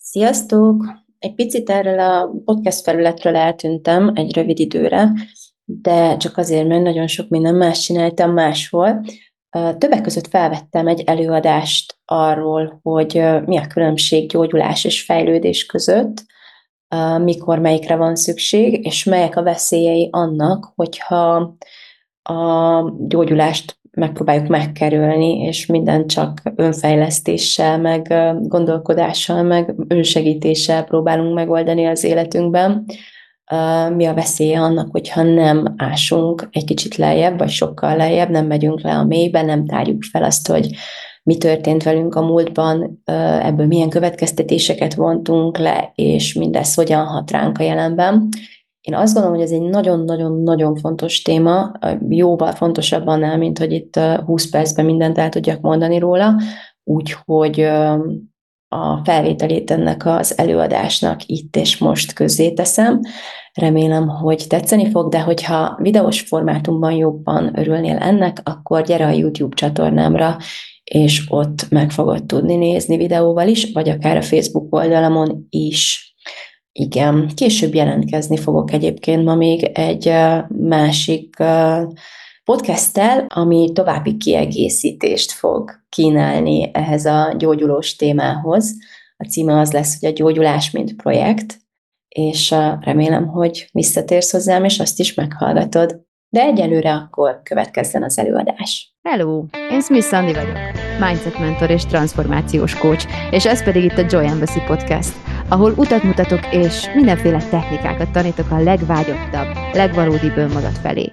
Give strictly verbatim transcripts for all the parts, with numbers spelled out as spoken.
Sziasztok! Egy picit erről a podcast felületről eltűntem egy rövid időre, de csak azért, mert nagyon sok minden más csináltam máshol. Többek között felvettem egy előadást arról, hogy mi a különbség gyógyulás és fejlődés között, mikor melyikre van szükség, és melyek a veszélyei annak, hogyha a gyógyulást megpróbáljuk megkerülni, és mindent csak önfejlesztéssel, meg gondolkodással, meg önsegítéssel próbálunk megoldani az életünkben. Mi a veszélye annak, hogyha nem ásunk egy kicsit lejjebb, vagy sokkal lejjebb, nem megyünk le a mélybe, nem tárjuk fel azt, hogy mi történt velünk a múltban, ebből milyen következtetéseket vontunk le, és mindez hogyan hat ránk a jelenben. Én azt gondolom, hogy ez egy nagyon-nagyon-nagyon fontos téma, jóval fontosabb annál, mint hogy itt húsz percben mindent el tudjak mondani róla, úgyhogy a felvételét ennek az előadásnak itt és most közzéteszem. Remélem, hogy tetszeni fog, de hogyha videós formátumban jobban örülnél ennek, akkor gyere a YouTube csatornámra, és ott meg fogod tudni nézni videóval is, vagy akár a Facebook oldalamon is. Igen, később jelentkezni fogok egyébként ma még egy másik podcasttel, ami további kiegészítést fog kínálni ehhez a gyógyulós témához. A címe az lesz, hogy a gyógyulás mint projekt, és remélem, hogy visszatérsz hozzám, és azt is meghallgatod. De egyelőre akkor következzen az előadás. Hello! Én Smith Sandy vagyok, mindset mentor és transformációs coach, és ez pedig itt a Joy Embassy Podcast, ahol utat mutatok és mindenféle technikákat tanítok a legvágyottabb, legvalódibb önmagad felé.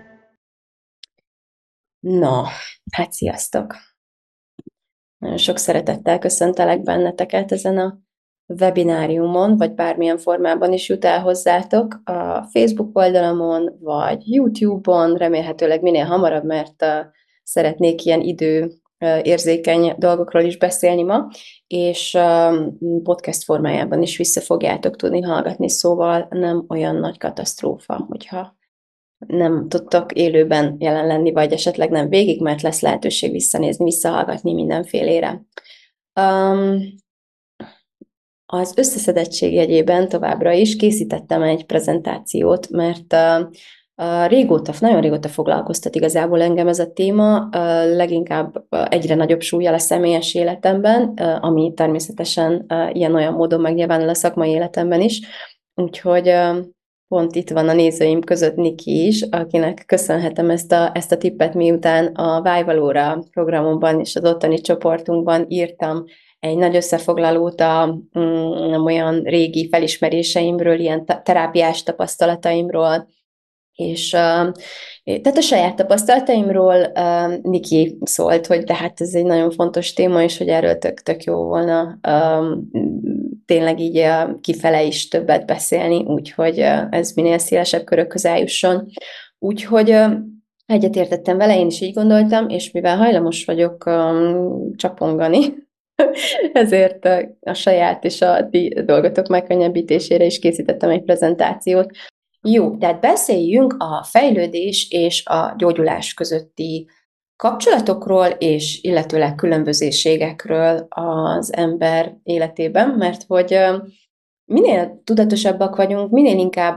No, hát sziasztok! Nagyon sok szeretettel köszöntelek benneteket ezen a webináriumon, vagy bármilyen formában is jut el hozzátok a Facebook oldalamon, vagy YouTube-on, remélhetőleg minél hamarabb, mert szeretnék ilyen időérzékeny dolgokról is beszélni ma, és podcast formájában is vissza fogjátok tudni hallgatni, szóval nem olyan nagy katasztrófa, hogyha nem tudtok élőben jelen lenni, vagy esetleg nem végig, mert lesz lehetőség visszanézni, visszahallgatni mindenfélére. Um, az összeszedettség jegyében továbbra is készítettem egy prezentációt, mert uh, uh, régóta, nagyon régóta foglalkoztat igazából engem ez a téma, uh, leginkább uh, egyre nagyobb súllyal a személyes életemben, uh, ami természetesen uh, ilyen-olyan módon megnyilvánul a szakmai életemben is, úgyhogy uh, pont itt van a nézőim között Niki is, akinek köszönhetem ezt a, ezt a tippet, miután a Vájvalóra programomban és az ottani csoportunkban írtam egy nagy összefoglalót a mm, olyan régi felismeréseimről, ilyen terápiás tapasztalataimról, és uh, tehát a saját tapasztalataimról uh, Niki szólt, hogy de hát ez egy nagyon fontos téma, és hogy erről tök, tök jó volna um, tényleg így uh, kifele is többet beszélni, úgyhogy uh, ez minél szélesebb körökhöz eljusson. Úgyhogy uh, egyetértettem vele, én is így gondoltam, és mivel hajlamos vagyok um, csapongani, ezért uh, a saját és a ti dolgotok megkönnyebbítésére is készítettem egy prezentációt. Jó, tehát beszéljünk a fejlődés és a gyógyulás közötti kapcsolatokról, és illetőleg különbözőségekről az ember életében, mert hogy minél tudatosabbak vagyunk, minél inkább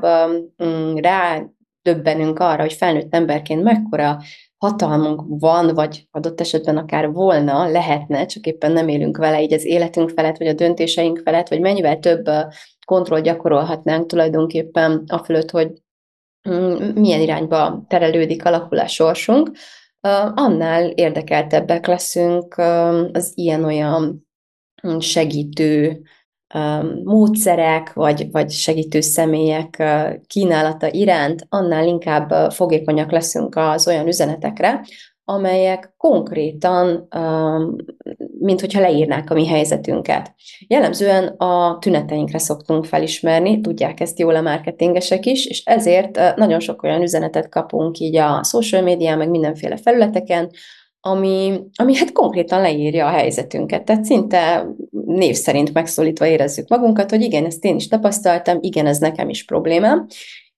rádöbbenünk arra, hogy felnőtt emberként mekkora hatalmunk van, vagy adott esetben akár volna, lehetne, csak éppen nem élünk vele így az életünk felett, vagy a döntéseink felett, vagy mennyivel több kontroll gyakorolhatnánk tulajdonképpen afölött, hogy milyen irányba terelődik, alakul a sorsunk, annál érdekeltebbek leszünk az ilyen-olyan segítő módszerek, vagy, vagy segítő személyek kínálata iránt, annál inkább fogékonyak leszünk az olyan üzenetekre, amelyek konkrétan, mint hogyha leírnák a mi helyzetünket. Jellemzően a tüneteinkre szoktunk felismerni, tudják ezt jól a marketingesek is, és ezért nagyon sok olyan üzenetet kapunk így a social médián, meg mindenféle felületeken, ami, ami hát konkrétan leírja a helyzetünket. Tehát szinte név szerint megszólítva érezzük magunkat, hogy igen, ezt én is tapasztaltam, igen, ez nekem is problémám,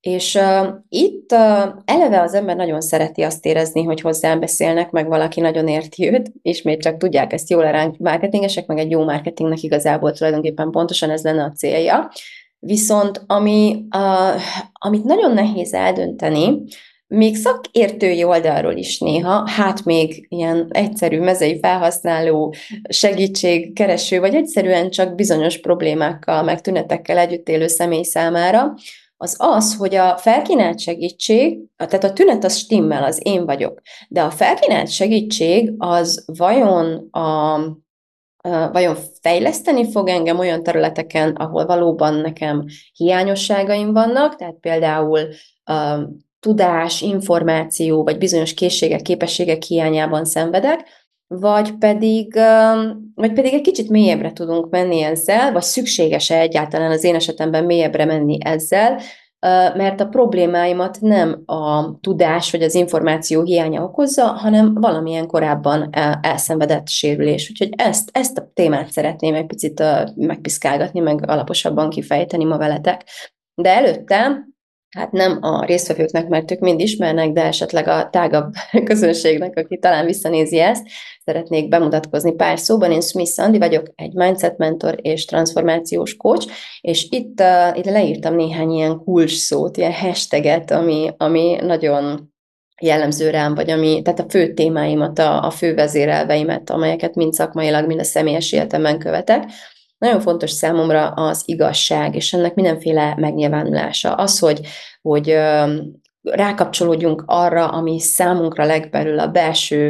És uh, itt uh, eleve az ember nagyon szereti azt érezni, hogy hozzám beszélnek, meg valaki nagyon érti őt, ismét csak tudják ezt jól a ránk marketingesek, meg egy jó marketingnek igazából tulajdonképpen pontosan ez lenne a célja. Viszont ami, uh, amit nagyon nehéz eldönteni, még szakértői oldalról is néha, hát még ilyen egyszerű mezei felhasználó, segítségkereső, vagy egyszerűen csak bizonyos problémákkal, meg tünetekkel együtt élő személy számára, az az, hogy a felkínált segítség, tehát a tünet az stimmel, az én vagyok, de a felkínált segítség az vajon a vajon fejleszteni fog engem olyan területeken, ahol valóban nekem hiányosságaim vannak, tehát például uh, tudás, információ, vagy bizonyos készségek, képességek hiányában szenvedek, vagy pedig, uh, vagy pedig egy kicsit mélyebbre tudunk menni ezzel, vagy szükséges-e egyáltalán az én esetemben mélyebbre menni ezzel, mert a problémáimat nem a tudás vagy az információ hiánya okozza, hanem valamilyen korábban elszenvedett sérülés. Úgyhogy ezt, ezt a témát szeretném egy picit megpiszkálgatni, meg alaposabban kifejteni ma veletek. De előtte, hát nem a résztvevőknek, mert ők mind ismernek, de esetleg a tágabb közönségnek, aki talán visszanézi ezt, szeretnék bemutatkozni pár szóban. Én Smith Andi vagyok, egy mindset mentor és transformációs coach, és itt, uh, itt leírtam néhány ilyen kulcs szót, ilyen hashtaget, ami, ami nagyon jellemző rám, vagy ami, tehát a fő témáimat, a, a fő vezérelveimet, amelyeket mind szakmailag, mind a személyes életemben követek. Nagyon fontos számomra az igazság, és ennek mindenféle megnyilvánulása. Az, hogy, hogy uh, rákapcsolódjunk arra, ami számunkra legbelül a belső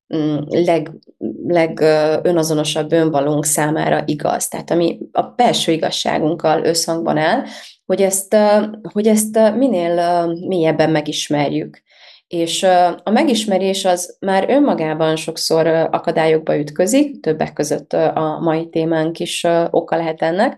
leg, leg önazonosabb önvalónk számára igaz. Tehát ami a belső igazságunkkal összhangban áll, hogy ezt, hogy ezt minél mélyebben megismerjük. És a megismerés az már önmagában sokszor akadályokba ütközik, többek között a mai témánk is oka lehet ennek,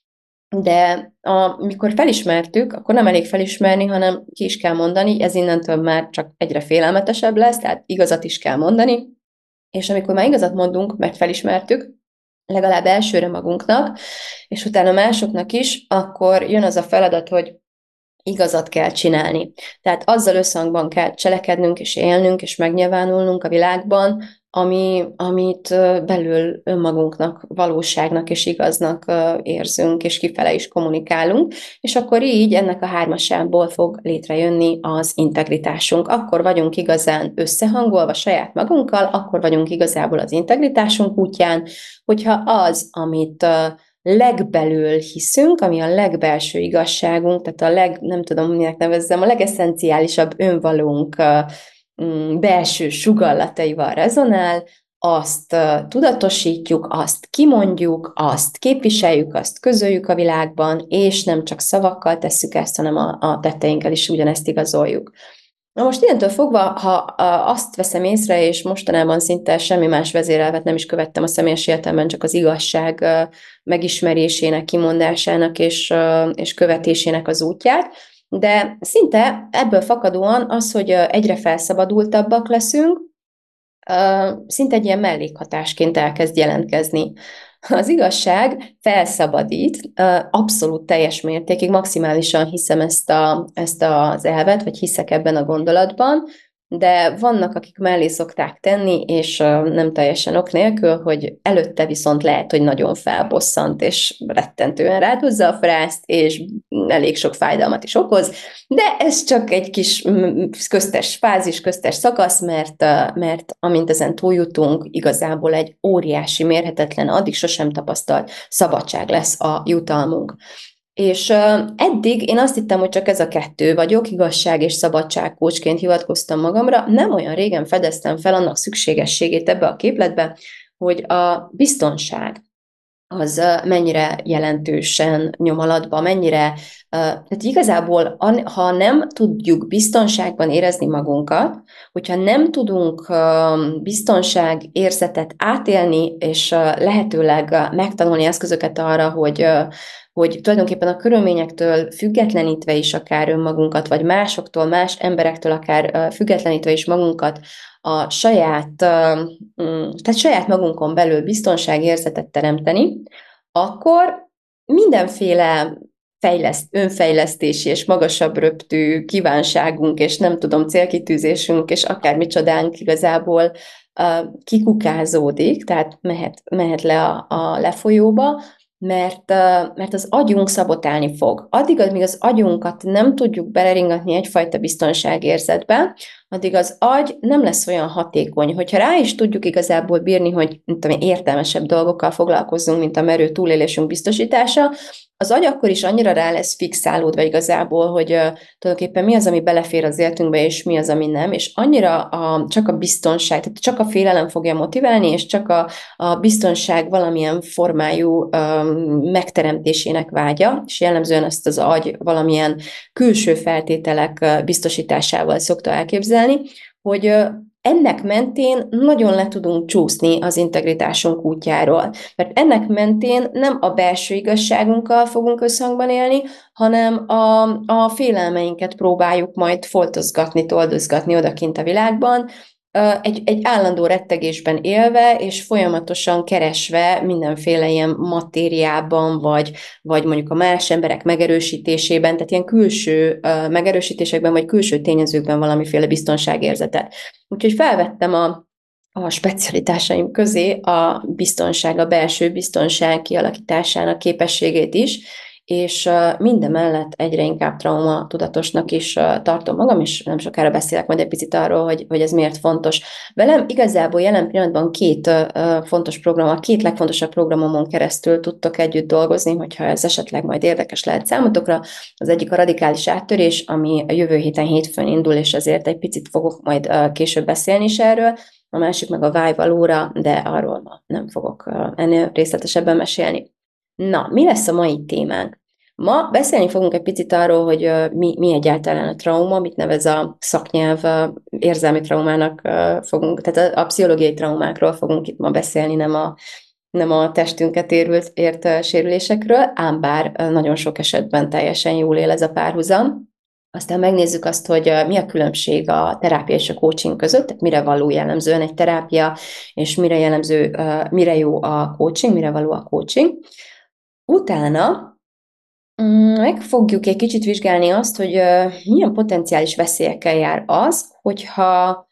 de amikor felismertük, akkor nem elég felismerni, hanem ki is kell mondani, ez innentől már csak egyre félelmetesebb lesz, tehát igazat is kell mondani, és amikor már igazat mondunk, mert felismertük, legalább elsőre magunknak, és utána másoknak is, akkor jön az a feladat, hogy igazat kell csinálni. Tehát azzal összhangban kell cselekednünk, és élnünk, és megnyilvánulnunk a világban, ami, amit belül önmagunknak, valóságnak és igaznak érzünk, és kifele is kommunikálunk, és akkor így ennek a hármasából fog létrejönni az integritásunk. Akkor vagyunk igazán összehangolva saját magunkkal, akkor vagyunk igazából az integritásunk útján, hogyha az, amit legbelül hiszünk, ami a legbelső igazságunk, tehát a leg, nem tudom, minek nevezzem, a legeszenciálisabb önvalónk belső sugallataival rezonál, azt tudatosítjuk, azt kimondjuk, azt képviseljük, azt közöljük a világban, és nem csak szavakkal tesszük ezt, hanem a, a tetteinkkel is ugyanezt igazoljuk. Na most innentől fogva, ha azt veszem észre, és mostanában szinte semmi más vezérelvet nem is követtem a személyes életemben, csak az igazság megismerésének, kimondásának és, és követésének az útját, de szinte ebből fakadóan az, hogy egyre felszabadultabbak leszünk, szinte egy ilyen mellékhatásként elkezd jelentkezni. Az igazság felszabadít, abszolút teljes mértékig, maximálisan hiszem ezt, a, ezt az elvet, vagy hiszek ebben a gondolatban, de vannak, akik mellé szokták tenni, és nem teljesen ok nélkül, hogy előtte viszont lehet, hogy nagyon felbosszant, és rettentően rádhozza a frászt, és elég sok fájdalmat is okoz, de ez csak egy kis köztes fázis, köztes szakasz, mert, mert amint ezen túljutunk, igazából egy óriási, mérhetetlen, addig sosem tapasztalt szabadság lesz a jutalmunk. És uh, eddig én azt hittem, hogy csak ez a kettő vagyok, igazság és szabadság kócsként hivatkoztam magamra, nem olyan régen fedeztem fel annak szükségességét ebbe a képletbe, hogy a biztonság az uh, mennyire jelentősen nyom alatba, mennyire, uh, tehát igazából ha nem tudjuk biztonságban érezni magunkat, hogyha nem tudunk uh, biztonságérzetet átélni, és uh, lehetőleg uh, megtanulni eszközöket arra, hogy uh, hogy tulajdonképpen a körülményektől függetlenítve is akár önmagunkat, vagy másoktól, más emberektől akár függetlenítve is magunkat a saját, tehát saját magunkon belül biztonságérzetet teremteni, akkor mindenféle fejleszt, önfejlesztési és magasabb röptű kívánságunk, és nem tudom, célkitűzésünk, és akár micsodánk igazából uh, kikukázódik, tehát mehet, mehet le a, a lefolyóba, mert, uh, mert az agyunk szabotálni fog. Addig, amíg az agyunkat nem tudjuk beleringatni egyfajta biztonságérzetbe, addig az agy nem lesz olyan hatékony. Hogyha rá is tudjuk igazából bírni, hogy tudom, értelmesebb dolgokkal foglalkozzunk, mint a merő túlélésünk biztosítása, az agy akkor is annyira rá lesz fixálódva igazából, hogy uh, tulajdonképpen mi az, ami belefér az életünkbe, és mi az, ami nem, és annyira a, csak a biztonság, tehát csak a félelem fogja motiválni, és csak a, a biztonság valamilyen formájú um, megteremtésének vágya, és jellemzően ezt az agy valamilyen külső feltételek uh, biztosításával szokta elképzelni, hogy uh, ennek mentén nagyon le tudunk csúszni az integritásunk útjáról. Mert ennek mentén nem a belső igazságunkkal fogunk összhangban élni, hanem a, a félelmeinket próbáljuk majd foltozgatni, toldozgatni odakint a világban, egy, egy állandó rettegésben élve, és folyamatosan keresve mindenféle ilyen matériában, vagy, vagy mondjuk a más emberek megerősítésében, tehát ilyen külső megerősítésekben, vagy külső tényezőkben valamiféle biztonságérzetet. Úgyhogy felvettem a, a specialitásaim közé a biztonság, a belső biztonság kialakításának képességét is, és mindemellett egyre inkább trauma tudatosnak is tartom magam, és nem sokára beszélek majd egy picit arról, hogy, hogy ez miért fontos. Velem igazából jelen pillanatban két fontos program, a két legfontosabb programomon keresztül tudtok együtt dolgozni, hogyha ez esetleg majd érdekes lehet számotokra. Az egyik a radikális áttörés, ami a jövő héten hétfőn indul, és ezért egy picit fogok majd később beszélni is erről. A másik meg a vágy valóra, de arról ma nem fogok ennél részletesebben mesélni. Na, mi lesz a mai témánk? Ma beszélni fogunk egy picit arról, hogy mi, mi egyáltalán a trauma, mit nevez a szaknyelv, érzelmi traumának fogunk, tehát a, a pszichológiai traumákról fogunk itt ma beszélni, nem a, nem a testünket érült, ért sérülésekről, ám bár nagyon sok esetben teljesen jól él ez a párhuzam. Aztán megnézzük azt, hogy mi a különbség a terápia és a coaching között, tehát mire való jellemzően egy terápia, és mire jellemző, mire jó a coaching, mire való a coaching. Utána meg fogjuk egy kicsit vizsgálni azt, hogy milyen potenciális veszélyekkel jár az, hogyha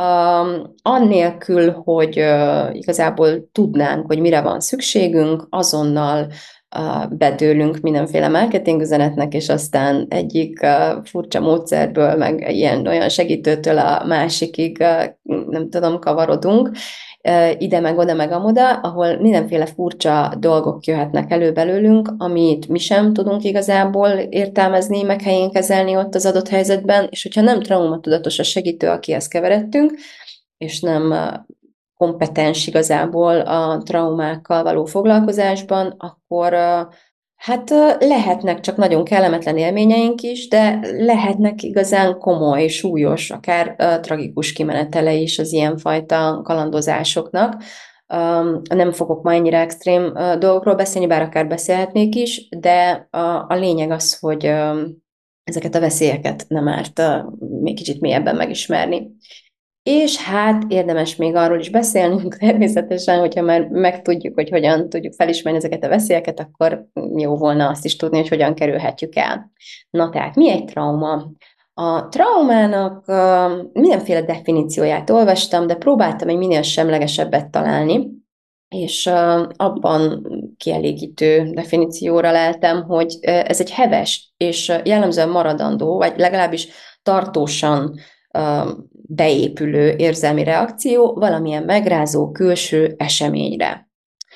annélkül, hogy igazából tudnánk, hogy mire van szükségünk, azonnal bedőlünk mindenféle marketing üzenetnek, és aztán egyik furcsa módszerből, meg ilyen olyan segítőtől a másikig, nem tudom, kavarodunk, ide meg oda meg amoda, ahol mindenféle furcsa dolgok jöhetnek elő belőlünk, amit mi sem tudunk igazából értelmezni, meg helyén kezelni ott az adott helyzetben, és hogyha nem traumatudatos a segítő, akihez keveredtünk, és nem kompetens igazából a traumákkal való foglalkozásban, akkor hát lehetnek csak nagyon kellemetlen élményeink is, de lehetnek igazán komoly, súlyos, akár uh, tragikus kimenetele is az ilyenfajta kalandozásoknak. Um, nem fogok ma ennyire extrém uh, dolgokról beszélni, bár akár beszélhetnék is, de a, a lényeg az, hogy um, ezeket a veszélyeket nem árt uh, még kicsit mélyebben megismerni. És hát érdemes még arról is beszélnünk természetesen, hogyha már megtudjuk, hogy hogyan tudjuk felismerni ezeket a veszélyeket, akkor jó volna azt is tudni, hogy hogyan kerülhetjük el. Na tehát, mi egy trauma? A traumának uh, mindenféle definícióját olvastam, de próbáltam egy minél semlegesebbet találni, és uh, abban kielégítő definícióra leltem, hogy uh, ez egy heves és jellemzően maradandó, vagy legalábbis tartósan beépülő érzelmi reakció valamilyen megrázó külső eseményre.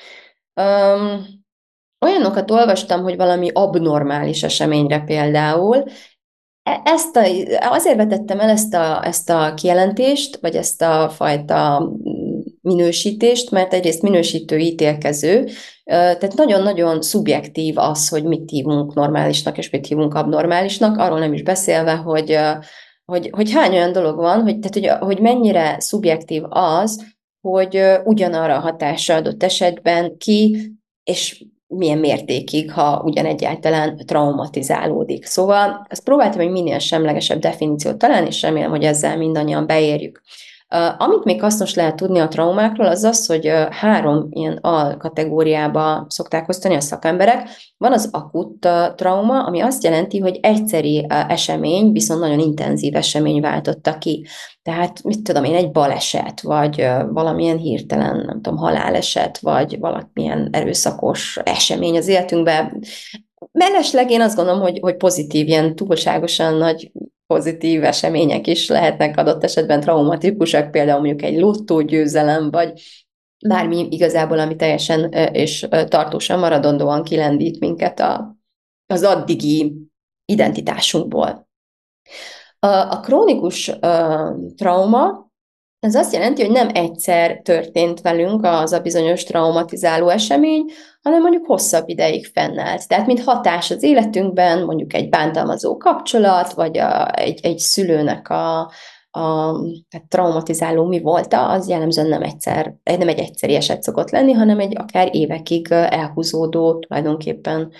Um, olyanokat olvastam, hogy valami abnormális eseményre például. Ezt a, azért vetettem el ezt a, ezt a kijelentést, vagy ezt a fajta minősítést, mert egyrészt minősítő, ítélkező, tehát nagyon-nagyon szubjektív az, hogy mit hívunk normálisnak, és mit hívunk abnormálisnak, arról nem is beszélve, hogy Hogy, hogy hány olyan dolog van, hogy, tehát, hogy, hogy mennyire szubjektív az, hogy ugyanarra a hatásra adott esetben ki, és milyen mértékig, ha ugyan egyáltalán traumatizálódik. Szóval ezt próbáltam egy minél semlegesebb definíciót találni, és remélem, hogy ezzel mindannyian beérjük. Uh, amit még hasznos lehet tudni a traumákról, az az, hogy uh, három ilyen alkategóriába szokták osztani a szakemberek. Van az akut uh, trauma, ami azt jelenti, hogy egyszeri uh, esemény, viszont nagyon intenzív esemény váltotta ki. Tehát, mit tudom én, egy baleset, vagy uh, valamilyen hirtelen, nem tudom, haláleset, vagy valamilyen erőszakos esemény az életünkben. Mellesleg én azt gondolom, hogy, hogy pozitív, ilyen túlságosan nagy pozitív események is lehetnek adott esetben traumatikusak, például mondjuk egy lottógyőzelem, vagy bármi igazából, ami teljesen és tartósan maradandóan kilendít minket a, az addigi identitásunkból. A, a krónikus uh, trauma, ez azt jelenti, hogy nem egyszer történt velünk az a bizonyos traumatizáló esemény, hanem mondjuk hosszabb ideig fennállt. Tehát, mint hatás az életünkben, mondjuk egy bántalmazó kapcsolat, vagy a, egy, egy szülőnek a, a tehát traumatizáló mi volt, az jellemzően nem egyszer, nem egy egyszeri eset szokott lenni, hanem egy akár évekig elhúzódó, tulajdonképpen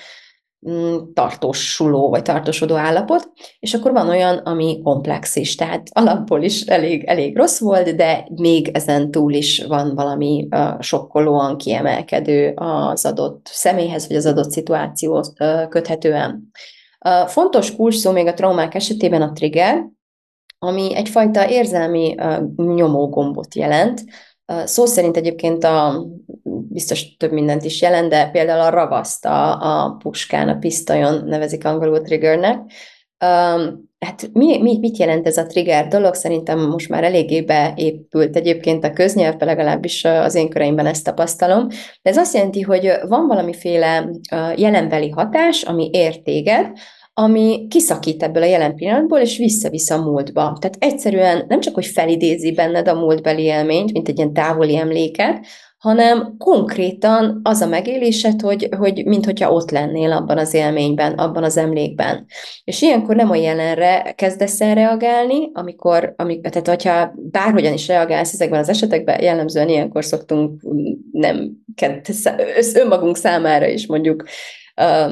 tartósuló vagy tartósodó állapot, és akkor van olyan, ami komplex is, tehát alapból is elég, elég rossz volt, de még ezen túl is van valami uh, sokkolóan kiemelkedő az adott személyhez, vagy az adott szituációhoz uh, köthetően. Uh, fontos kulcsszó még a traumák esetében a trigger, ami egyfajta érzelmi uh, nyomógombot jelent. Uh, szó szerint egyébként a, biztos több mindent is jelent, de például a ravaszt a, a puskán, a pisztolyon nevezik angolul triggernek. Um, hát mi, mi, mit jelent ez a trigger dolog? Szerintem most már eléggé beépült egyébként a köznyelvbe, legalábbis az én köreimben ezt tapasztalom. De ez azt jelenti, hogy van valamiféle uh, jelenbeli hatás, ami ér téged, ami kiszakít ebből a jelen pillanatból, és visszavisz a múltba. Tehát egyszerűen nem csak, hogy felidézi benned a múltbeli élményt, mint egy ilyen távoli emléket, hanem konkrétan az a megélésed, hogy, hogy minthogyha ott lennél abban az élményben, abban az emlékben. És ilyenkor nem a jelenre kezdesz el reagálni, amikor, amikor tehát hogyha bárhogyan is reagálsz ezekben az esetekben, jellemzően ilyenkor szoktunk nem, önmagunk számára is mondjuk um,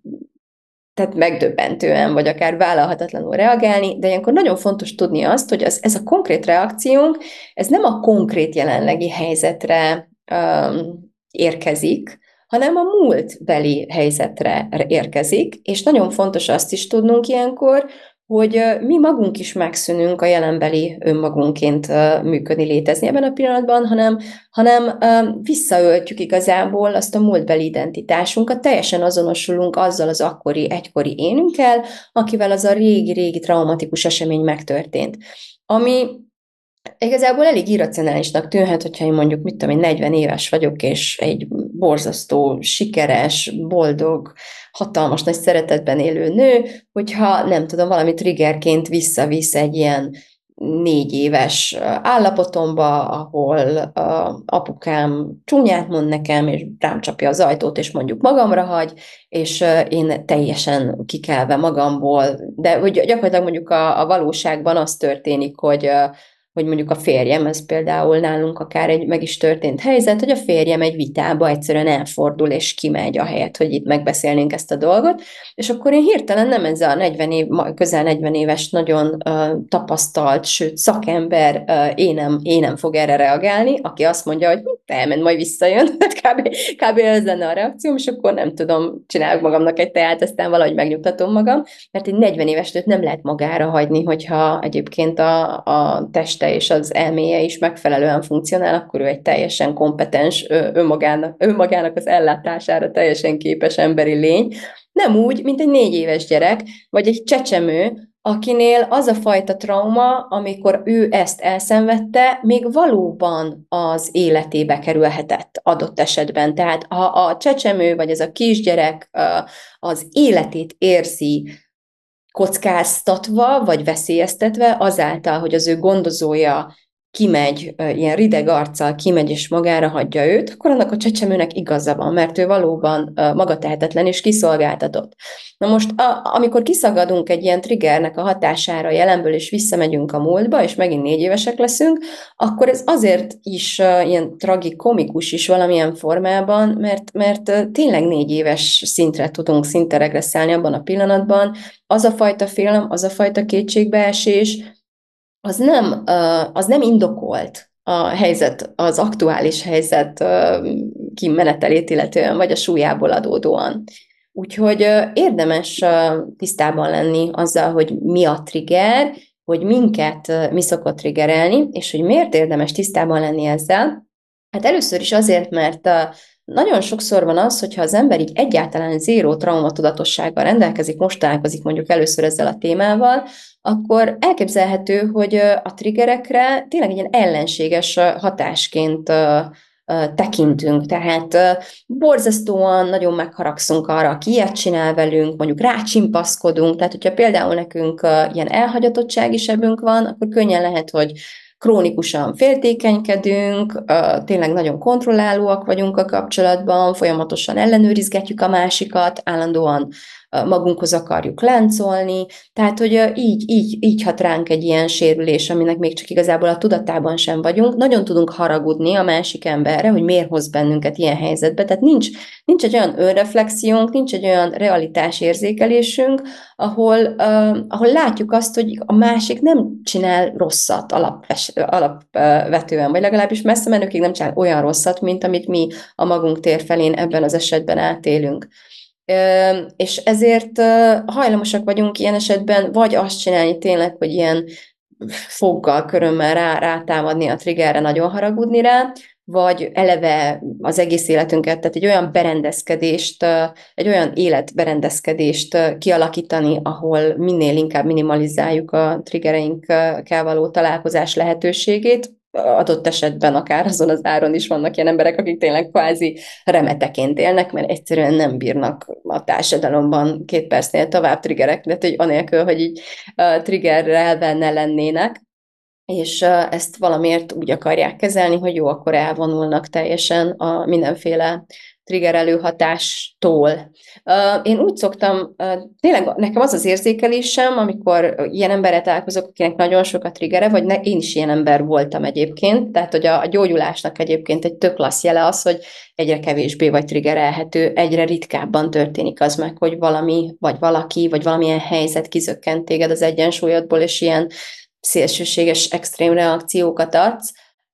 tehát megdöbbentően, vagy akár vállalhatatlanul reagálni, de ilyenkor nagyon fontos tudni azt, hogy az, ez a konkrét reakciónk, ez nem a konkrét jelenlegi helyzetre um, érkezik, hanem a múltbeli helyzetre érkezik, és nagyon fontos azt is tudnunk ilyenkor, hogy mi magunk is megszűnünk a jelenbeli önmagunként működni, létezni ebben a pillanatban, hanem, hanem visszaöltjük igazából azt a múltbeli identitásunkat, teljesen azonosulunk azzal az akkori, egykori énünkkel, akivel az a régi-régi traumatikus esemény megtörtént. Ami igazából elég irracionálisnak tűnhet, hogyha én mondjuk, mit tudom én, negyven éves vagyok, és egy borzasztó, sikeres, boldog, hatalmas nagy szeretetben élő nő, hogyha nem tudom, valami triggerként visszavisz egy ilyen négy éves állapotomba, ahol uh, apukám csúnyát mond nekem, és rám csapja az ajtót, és mondjuk magamra hagy, és uh, én teljesen kikelve magamból, de hogy gyakorlatilag mondjuk a, a valóságban az történik, hogy uh, hogy mondjuk a férjem, ez például nálunk akár egy meg is történt helyzet, hogy a férjem egy vitába egyszerűen elfordul és kimegy ahelyett, hogy itt megbeszélnénk ezt a dolgot, és akkor én hirtelen nem ez a negyven év, közel negyven éves, nagyon uh, tapasztalt, sőt szakember, uh, én, nem, én nem fog erre reagálni, aki azt mondja, hogy elment, majd visszajön, kb. kb. Ez lenne a reakcióm, és akkor nem tudom, csinálok magamnak egy teát, aztán valahogy megnyugtatom magam, mert egy negyven éves nőt nem lehet magára hagyni, hogyha egyébként a, a test és az elméje is megfelelően funkcionál, akkor ő egy teljesen kompetens, önmagának, önmagának az ellátására teljesen képes emberi lény. Nem úgy, mint egy négy éves gyerek, vagy egy csecsemő, akinél az a fajta trauma, amikor ő ezt elszenvedte, még valóban az életébe kerülhetett adott esetben. Tehát ha a csecsemő, vagy ez a kisgyerek az életét érzi kockáztatva, vagy veszélyeztetve azáltal, hogy az ő gondozója kimegy, ilyen rideg arccal kimegy és magára hagyja őt, akkor annak a csecsemőnek igaza van, mert ő valóban magatehetetlen és kiszolgáltatott. Na most, a, amikor kiszagadunk egy ilyen triggernek a hatására jelenből, és visszamegyünk a múltba, és megint négy évesek leszünk, akkor ez azért is uh, ilyen tragikomikus is valamilyen formában, mert, mert uh, tényleg négy éves szintre tudunk szinte regresszálni abban a pillanatban. Az a fajta félelem, az a fajta kétségbeesés, az nem, az nem indokolt a helyzet, az aktuális helyzet kimenetelét illetően, vagy a súlyából adódóan. Úgyhogy érdemes tisztában lenni azzal, hogy mi a trigger, hogy minket mi szokott triggerelni, és hogy miért érdemes tisztában lenni ezzel. Hát először is azért, mert nagyon sokszor van az, hogyha az ember így egyáltalán zéró traumatudatossággal rendelkezik, most találkozik mondjuk először ezzel a témával, akkor elképzelhető, hogy a triggerekre tényleg egy ilyen ellenséges hatásként tekintünk. Tehát borzasztóan nagyon megharagszunk arra, aki ilyet csinál velünk, mondjuk rácsimpaszkodunk, tehát hogyha például nekünk ilyen elhagyatottsági sebünk van, akkor könnyen lehet, hogy krónikusan féltékenykedünk, tényleg nagyon kontrollálóak vagyunk a kapcsolatban, folyamatosan ellenőrizgetjük a másikat, állandóan magunkhoz akarjuk láncolni, tehát hogy így, így, így hat ránk egy ilyen sérülés, aminek még csak igazából a tudatában sem vagyunk. Nagyon tudunk haragudni a másik emberre, hogy miért hoz bennünket ilyen helyzetbe, tehát nincs, nincs egy olyan önreflexiónk, nincs egy olyan realitásérzékelésünk, ahol, uh, ahol látjuk azt, hogy a másik nem csinál rosszat alapves, alapvetően, vagy legalábbis messze menőkig nem csinál olyan rosszat, mint amit mi a magunk térfelén ebben az esetben átélünk. És ezért hajlamosak vagyunk ilyen esetben vagy azt csinálni tényleg, hogy ilyen foggal, körömmel rá, rátámadni a triggerre, nagyon haragudni rá, vagy eleve az egész életünket, tehát egy olyan berendezkedést, egy olyan életberendezkedést kialakítani, ahol minél inkább minimalizáljuk a triggereinkkel való találkozás lehetőségét, adott esetben akár azon az áron is vannak ilyen emberek, akik tényleg kvázi remeteként élnek, mert egyszerűen nem bírnak a társadalomban két percnél tovább triggerek, tehát hogy anélkül, hogy így uh, triggerrel benne lennének, és uh, ezt valamiért úgy akarják kezelni, hogy jó, akkor elvonulnak teljesen a mindenféle triggerelő hatástól. Én úgy szoktam, tényleg nekem az az érzékelésem, amikor ilyen emberrel találkozok, akinek nagyon sok a triggere, vagy ne, én is ilyen ember voltam egyébként, tehát hogy a, a gyógyulásnak egyébként egy tök klassz jele az, hogy egyre kevésbé vagy triggerelhető, egyre ritkábban történik az meg, hogy valami, vagy valaki, vagy valamilyen helyzet kizökkent téged az egyensúlyodból, és ilyen szélsőséges, extrém reakciókat adsz.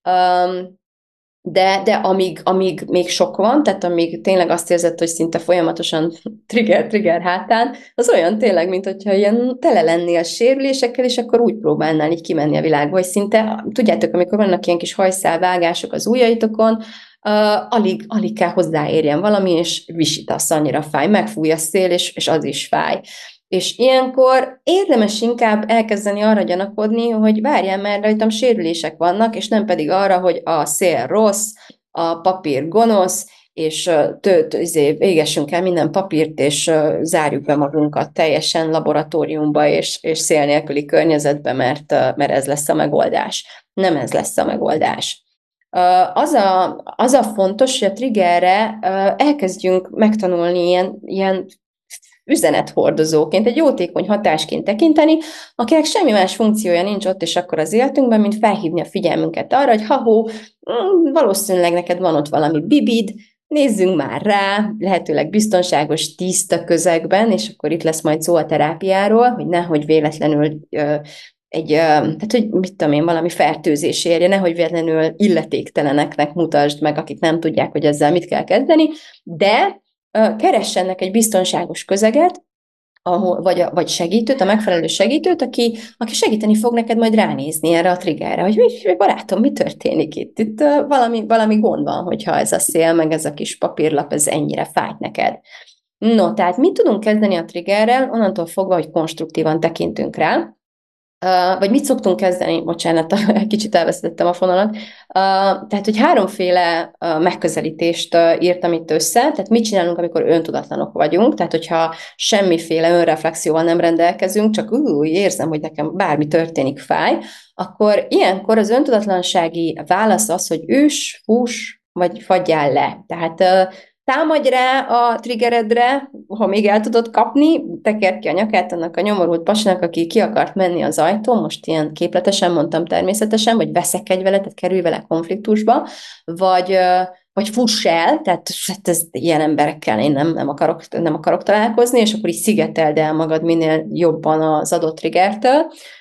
Um, De, de amíg, amíg még sok van, tehát amíg tényleg azt érzed, hogy szinte folyamatosan trigger, trigger hátán, az olyan tényleg, mint hogyha ilyen tele lennél sérülésekkel, és akkor úgy próbálnál így kimenni a világba, hogy szinte, tudjátok, amikor vannak ilyen kis hajszálvágások az ujjaitokon, uh, alig, alig kell hozzáérjen valami, és visítasz, annyira fáj, megfúj a szél, és, és az is fáj. És ilyenkor érdemes inkább elkezdeni arra gyanakodni, hogy várjál, mert rajtam sérülések vannak, és nem pedig arra, hogy a szél rossz, a papír gonosz, és tőt, izé, égessünk el minden papírt, és zárjuk be magunkat teljesen laboratóriumba, és, és szél nélküli környezetbe, mert, mert ez lesz a megoldás. Nem ez lesz a megoldás. Az a, az a fontos, hogy a triggerre elkezdjünk megtanulni ilyen, ilyen üzenethordozóként, egy jótékony hatásként tekinteni, akinek semmi más funkciója nincs ott és akkor az életünkben, mint felhívni a figyelmünket arra, hogy ha-hó, valószínűleg neked van ott valami bibid, nézzünk már rá, lehetőleg biztonságos, tiszta közegben, és akkor itt lesz majd szó a terápiáról, hogy nehogy véletlenül ö, egy, ö, tehát hogy mit tudom én, valami fertőzés érje, nehogy véletlenül illetékteleneknek mutasd meg, akik nem tudják, hogy ezzel mit kell kezdeni, de keressenek egy biztonságos közeget, ahol, vagy, a, vagy segítőt, a megfelelő segítőt, aki, aki segíteni fog neked majd ránézni erre a triggerre, hogy mi, barátom, mi történik itt? Itt uh, valami, valami gond van, hogyha ez a szél, meg ez a kis papírlap, ez ennyire fájt neked. No, tehát mit tudunk kezdeni a triggerrel, onnantól fogva, hogy konstruktívan tekintünk rá, Uh, vagy mit szoktunk kezdeni, bocsánat, kicsit elvesztettem a fonalat, uh, tehát, hogy háromféle uh, megközelítést uh, írtam itt össze, tehát mit csinálunk, amikor öntudatlanok vagyunk, tehát hogyha semmiféle önreflexióval nem rendelkezünk, csak úgy érzem, hogy nekem bármi történik, fáj, akkor ilyenkor az öntudatlansági válasz az, hogy ős, hús, vagy fagyjál le. Tehát uh, támadj rá a triggeredre, ha még el tudod kapni, tekerd ki a nyakát annak a nyomorult pasinak, aki ki akart menni az ajtón, most ilyen képletesen mondtam természetesen, vagy veszekedj vele, tehát kerülj vele konfliktusba, vagy, vagy fuss el, tehát hát ez, ilyen emberekkel én nem, nem, akarok, nem akarok találkozni, és akkor így szigeteld el magad minél jobban az adott triggertől,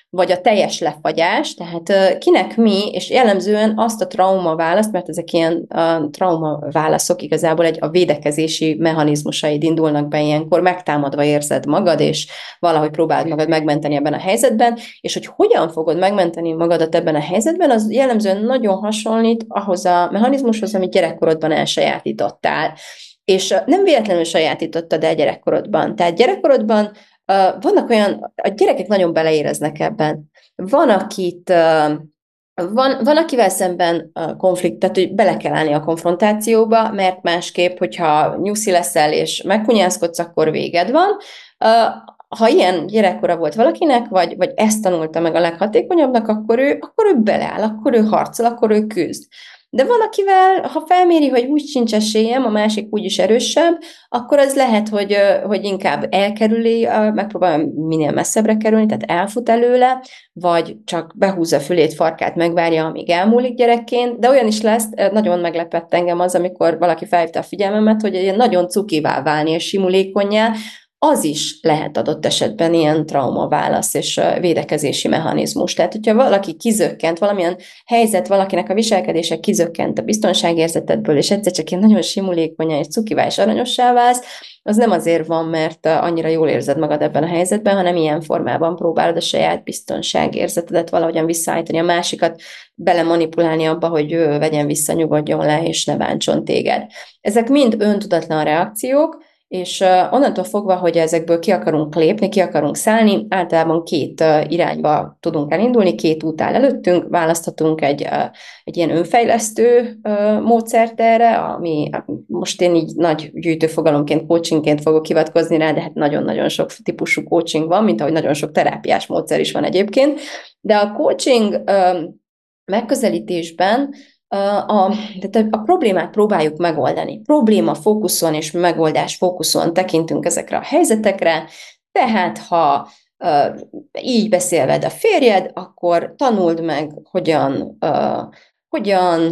vagy a teljes lefagyás, tehát kinek mi, és jellemzően azt a traumaválaszt, mert ezek ilyen uh, traumaválaszok igazából egy, a védekezési mechanizmusaid indulnak be ilyenkor, megtámadva érzed magad, és valahogy próbáld magad megmenteni ebben a helyzetben, és hogy hogyan fogod megmenteni magadat ebben a helyzetben, az jellemzően nagyon hasonlít ahhoz a mechanizmushoz, amit gyerekkorodban elsajátítottál. És nem véletlenül sajátítottad el gyerekkorodban. Tehát gyerekkorodban uh, vannak olyan, a gyerekek nagyon beleéreznek ebben. Van, akit, uh, van, van akivel szemben uh, konflikt, tehát hogy bele kell állni a konfrontációba, mert másképp, hogyha nyuszi leszel és megkunyászkodsz, akkor véged van. Uh, ha ilyen gyerekkora volt valakinek, vagy, vagy ezt tanulta meg a leghatékonyabbnak, akkor ő, akkor ő beleáll, akkor ő harcol, akkor ő küzd. De van, akivel, ha felméri, hogy úgy sincs esélyem, a másik úgyis erősebb, akkor az lehet, hogy, hogy inkább elkerüli, megpróbál minél messzebbre kerülni, tehát elfut előle, vagy csak behúzza fülét, farkát, megvárja, amíg elmúlik gyerekként, de olyan is lesz, nagyon meglepett engem az, amikor valaki felhívta a figyelmemet, hogy egy nagyon cukivá válni és simulékonnyá, az is lehet adott esetben ilyen traumaválasz és védekezési mechanizmus. Tehát, hogyha valaki kizökkent, valamilyen helyzet, valakinek a viselkedése kizökkent a biztonságérzetedből, és egyszer csak ilyen nagyon simulékonyan és cukivá és aranyossá válsz, az nem azért van, mert annyira jól érzed magad ebben a helyzetben, hanem ilyen formában próbálod a saját biztonságérzetedet valahogyan visszaállítani, a másikat belemanipulálni abba, hogy ő vegyen vissza, nyugodjon le, és ne bántson téged. Ezek mind öntudatlan reakciók, és uh, onnantól fogva, hogy ezekből ki akarunk lépni, ki akarunk szállni, általában két uh, irányba tudunk elindulni, két út áll előttünk, választhatunk egy, uh, egy ilyen önfejlesztő uh, módszert erre, ami most én így nagy gyűjtőfogalomként, coachingként fogok hivatkozni rá, de hát nagyon-nagyon sok típusú coaching van, mint ahogy nagyon sok terápiás módszer is van egyébként, de a coaching uh, megközelítésben A, de a problémát próbáljuk megoldani. Probléma fókuszon és megoldás fókuszon tekintünk ezekre a helyzetekre, tehát ha uh, így beszél veled a férjed, akkor tanuld meg, hogyan, uh, hogyan,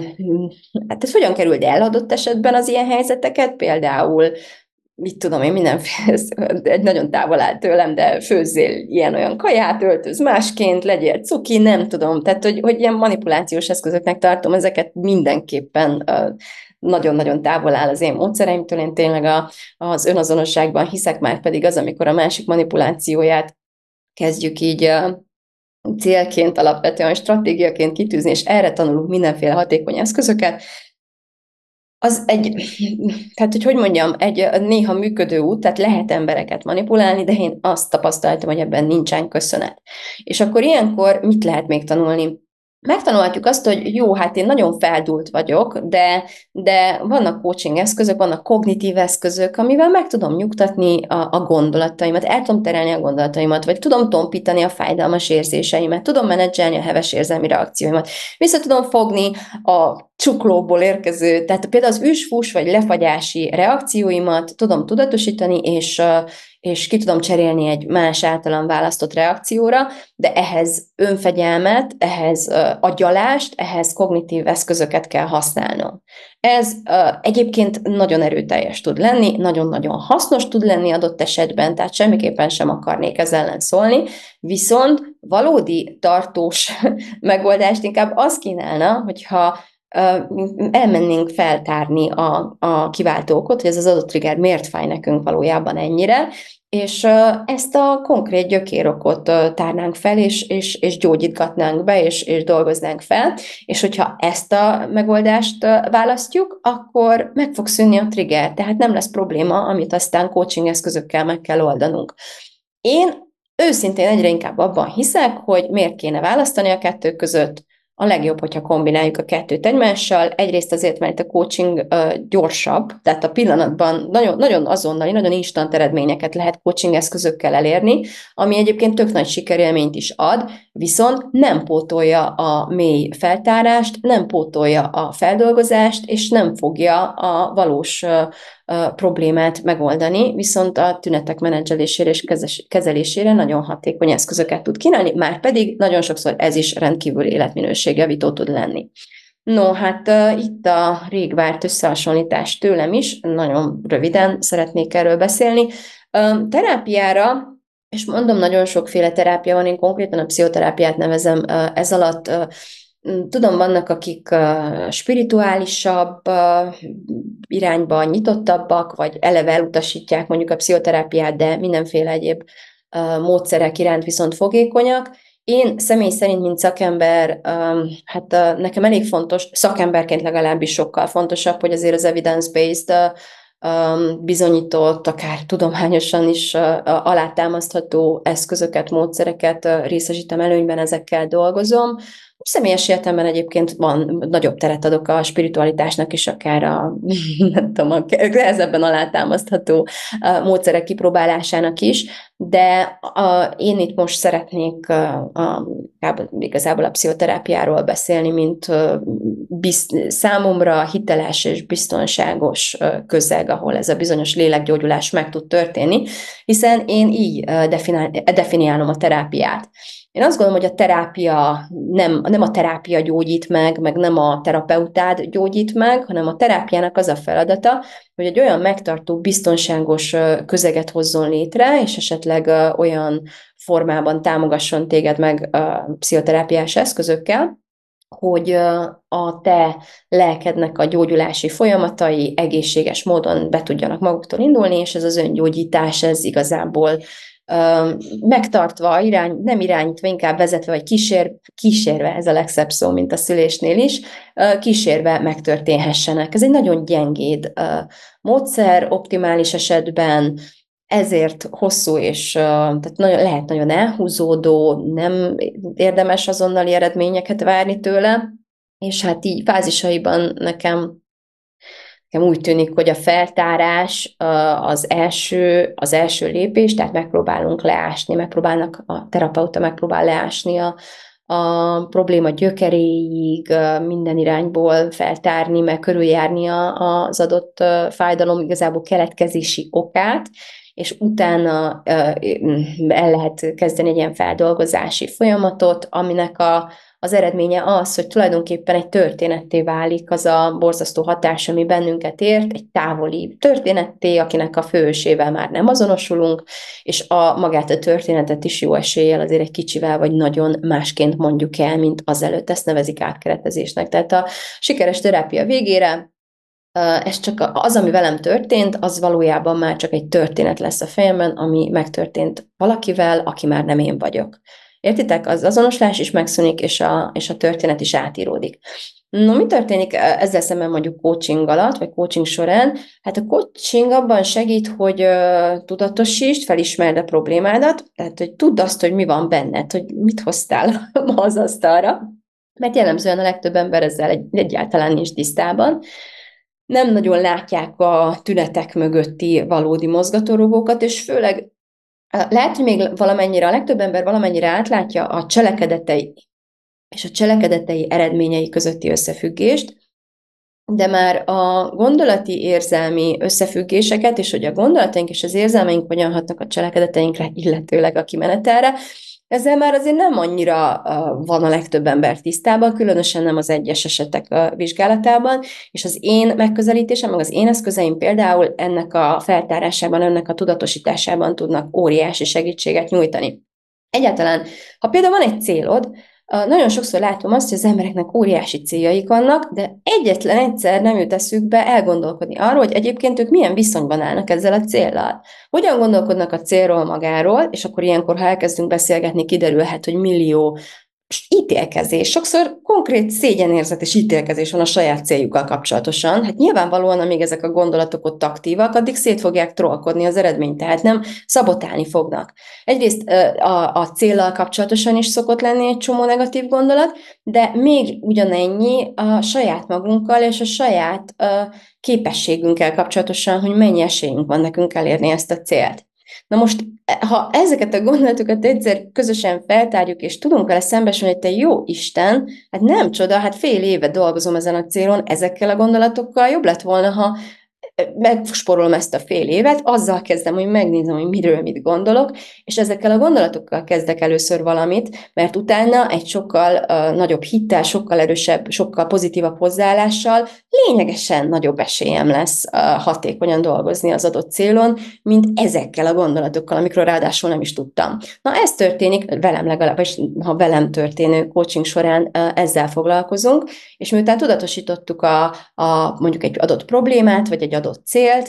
hát hogyan kerüld el adott esetben az ilyen helyzeteket, például mit tudom én, mindenféle, egy nagyon távol áll tőlem, de főzzél ilyen-olyan kaját, öltöz másként, legyél cuki, nem tudom, tehát hogy, hogy ilyen manipulációs eszközöknek tartom, ezeket mindenképpen uh, nagyon-nagyon távol áll az én módszereimtől, én tényleg a, az önazonosságban hiszek, már pedig az, amikor a másik manipulációját kezdjük így uh, célként, alapvetően stratégiaként kitűzni, és erre tanulunk mindenféle hatékony eszközöket, az egy, tehát hogy hogy mondjam, egy néha működő út, tehát lehet embereket manipulálni, de én azt tapasztaltam, hogy ebben nincsen köszönet. És akkor ilyenkor mit lehet még tanulni? Megtanulhatjuk azt, hogy jó, hát én nagyon feldúlt vagyok, de, de vannak coaching eszközök, vannak kognitív eszközök, amivel meg tudom nyugtatni a, a gondolataimat, el tudom terelni a gondolataimat, vagy tudom tompítani a fájdalmas érzéseimet, tudom menedzselni a heves érzelmi reakcióimat, vissza tudom fogni a csuklóból érkező, tehát például az üs-fús vagy lefagyási reakcióimat tudom tudatosítani, és, és ki tudom cserélni egy más általam választott reakcióra, de ehhez önfegyelmet, ehhez agyalást, ehhez kognitív eszközöket kell használnom. Ez uh, egyébként nagyon erőteljes tud lenni, nagyon-nagyon hasznos tud lenni adott esetben, tehát semmiképpen sem akarnék ezzel ellen szólni, viszont valódi tartós megoldást inkább az kínálna, hogyha elmennénk feltárni a, a kiváltókot, hogy ez az adott trigger miért fáj nekünk valójában ennyire, és ezt a konkrét gyökérokot tárnánk fel, és, és, és gyógyítgatnánk be, és, és dolgoznánk fel, és hogyha ezt a megoldást választjuk, akkor meg fog szűnni a trigger, tehát nem lesz probléma, amit aztán coaching eszközökkel meg kell oldanunk. Én őszintén egyre inkább abban hiszek, hogy miért kéne választani a kettő között. A legjobb, hogyha kombináljuk a kettőt egymással. Egyrészt azért, mert a coaching uh, gyorsabb, tehát a pillanatban nagyon, nagyon azonnali, nagyon instant eredményeket lehet coaching eszközökkel elérni, ami egyébként tök nagy sikerélményt is ad, viszont nem pótolja a mély feltárást, nem pótolja a feldolgozást, és nem fogja a valós uh, uh, problémát megoldani, viszont a tünetek menedzselésére és kezelésére nagyon hatékony eszközöket tud kínálni, már pedig nagyon sokszor ez is rendkívül életminőségjavító tud lenni. No, hát uh, itt a rég várt összehasonlítás tőlem is, nagyon röviden szeretnék erről beszélni. Uh, terápiára És mondom, nagyon sokféle terápia van, én konkrétan a pszichoterápiát nevezem ez alatt. Tudom, vannak, akik spirituálisabb irányba nyitottabbak, vagy eleve elutasítják mondjuk a pszichoterápiát, de mindenféle egyéb módszerek iránt viszont fogékonyak. Én személy szerint, mint szakember, hát nekem elég fontos, szakemberként legalábbis sokkal fontosabb, hogy azért az evidence-based bizonyított, akár tudományosan is alátámasztható eszközöket, módszereket részesítem előnyben, ezekkel dolgozom. Személyes értelemben egyébként van, nagyobb teret adok a spiritualitásnak is, akár a, nem tudom, a nehezebben alátámasztható módszerek kipróbálásának is, de a, én itt most szeretnék a, a, igazából a pszichoterápiáról beszélni, mint bizt, számomra hiteles és biztonságos közeg, ahol ez a bizonyos lélekgyógyulás meg tud történni, hiszen én így definiál, definiálom a terápiát. Én azt gondolom, hogy a terápia nem, nem a terápia gyógyít meg, meg nem a terapeutád gyógyít meg, hanem a terápiának az a feladata, hogy egy olyan megtartó, biztonságos közeget hozzon létre, és esetleg olyan formában támogasson téged meg pszichoterápiás eszközökkel, hogy a te lelkednek a gyógyulási folyamatai egészséges módon be tudjanak maguktól indulni, és ez az öngyógyítás, ez igazából megtartva, irány, nem irányítva, inkább vezetve, vagy kísér, kísérve, ez a legszebb szó, mint a szülésnél is, kísérve megtörténhessenek. Ez egy nagyon gyengéd módszer, optimális esetben, ezért hosszú, és tehát nagyon, lehet nagyon elhúzódó, nem érdemes azonnali eredményeket várni tőle, és hát így fázisaiban nekem Nekem úgy tűnik, hogy a feltárás az első, az első lépés, tehát megpróbálunk leásni, megpróbálnak a terapeuta megpróbál leásni a, a probléma gyökeréig, minden irányból feltárni, meg körüljárni az adott fájdalom igazából keletkezési okát, és utána el lehet kezdeni egy ilyen feldolgozási folyamatot, aminek a az eredménye az, hogy tulajdonképpen egy történetté válik az a borzasztó hatás, ami bennünket ért, egy távoli történetté, akinek a főhősével már nem azonosulunk, és a magát a történetet is jó eséllyel azért egy kicsivel vagy nagyon másként mondjuk el, mint azelőtt. Ezt nevezik átkeretezésnek. Tehát a sikeres terápia végére ez csak az, ami velem történt, az valójában már csak egy történet lesz a fejemben, ami megtörtént valakivel, aki már nem én vagyok. Értitek? Az azonoslás is megszűnik, és a, és a történet is átíródik. No, mi történik ezzel szemben mondjuk coaching alatt, vagy coaching során? Hát a coaching abban segít, hogy uh, tudatosítsd, felismerd a problémádat, tehát hogy tudd azt, hogy mi van benned, hogy mit hoztál ma az asztalra, mert jellemzően a legtöbb ember ezzel egy, egyáltalán nincs tisztában. Nem nagyon látják a tünetek mögötti valódi mozgatórugókat, és főleg lehet, hogy még valamennyire, a legtöbb ember valamennyire átlátja a cselekedetei és a cselekedetei eredményei közötti összefüggést, de már a gondolati érzelmi összefüggéseket, és hogy a gondolataink és az érzelmeink hogyan hatnak a cselekedeteinkre, illetőleg a kimenetelre, ezzel már azért nem annyira van a legtöbb ember tisztában, különösen nem az egyes esetek vizsgálatában, és az én megközelítésem, meg az én eszközeim például ennek a feltárásában, ennek a tudatosításában tudnak óriási segítséget nyújtani. Egyáltalán, ha például van egy célod, nagyon sokszor látom azt, hogy az embereknek óriási céljaik vannak, de egyetlen egyszer nem jut eszükbe elgondolkodni arról, hogy egyébként ők milyen viszonyban állnak ezzel a céllal. Hogyan gondolkodnak a célról magáról, és akkor ilyenkor, ha elkezdünk beszélgetni, kiderülhet, hogy millió ítélkezés, sokszor konkrét szégyenérzet és ítélkezés van a saját céljukkal kapcsolatosan. Hát nyilvánvalóan, amíg ezek a gondolatok ott aktívak, addig szét fogják trollkodni az eredményt, tehát nem szabotálni fognak. Egyrészt a, a céllal kapcsolatosan is szokott lenni egy csomó negatív gondolat, de még ugyanennyi a saját magunkkal és a saját képességünkkel kapcsolatosan, hogy mennyi esélyünk van nekünk elérni ezt a célt. Na most, ha ezeket a gondolatokat egyszer közösen feltárjuk, és tudunk vele szembesülni, hogy te jó Isten, hát nem csoda, hát fél éve dolgozom ezen a célon, ezekkel a gondolatokkal jobb lett volna, ha megsporolom ezt a fél évet, azzal kezdem, hogy megnézem, hogy miről mit gondolok, és ezekkel a gondolatokkal kezdek először valamit, mert utána egy sokkal uh, nagyobb hittel, sokkal erősebb, sokkal pozitívabb hozzáállással lényegesen nagyobb esélyem lesz uh, hatékonyan dolgozni az adott célon, mint ezekkel a gondolatokkal, amikről ráadásul nem is tudtam. Na ez történik velem legalábbis, ha velem történő coaching során uh, ezzel foglalkozunk, és miután tudatosítottuk a, a mondjuk egy adott problémát, vagy egy adott célt,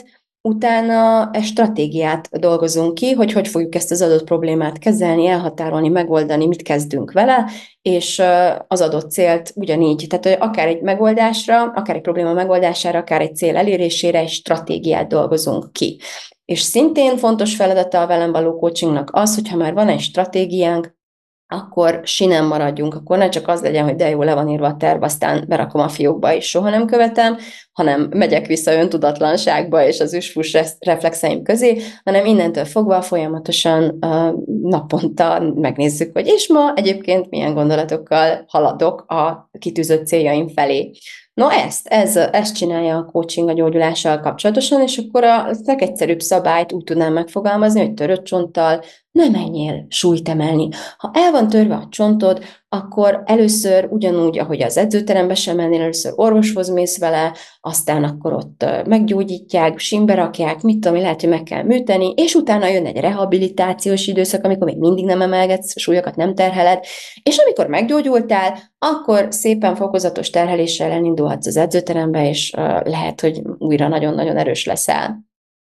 utána egy stratégiát dolgozunk ki, hogy hogy fogjuk ezt az adott problémát kezelni, elhatárolni, megoldani, mit kezdünk vele, és az adott célt ugyanígy, tehát akár egy megoldásra, akár egy probléma megoldására, akár egy cél elérésére egy stratégiát dolgozunk ki. És szintén fontos feladata a velem való coachingnak az, hogyha már van egy stratégiánk, akkor sinem maradjunk, akkor ne csak az legyen, hogy de jó, le van írva a terv, aztán berakom a fiókba, és soha nem követem, hanem megyek vissza öntudatlanságba és az üsfus reflexeim közé, hanem innentől fogva folyamatosan uh, naponta megnézzük, hogy és ma egyébként milyen gondolatokkal haladok a kitűzött céljaim felé. No ezt, ez, ezt csinálja a coaching a gyógyulással kapcsolatosan, és akkor a legegyszerűbb szabályt úgy tudnám megfogalmazni, hogy törött csonttal ne menjél súlyt emelni. Ha el van törve a csontod, akkor először ugyanúgy, ahogy az edzőterembe sem mennél, először orvoshoz mész vele, aztán akkor ott meggyógyítják, simbe rakják, mit tudom, lehet, hogy meg kell műteni, és utána jön egy rehabilitációs időszak, amikor még mindig nem emelgetsz, súlyokat nem terheled, és amikor meggyógyultál, akkor szépen fokozatos terheléssel elindulhatsz az edzőterembe, és lehet, hogy újra nagyon-nagyon erős leszel.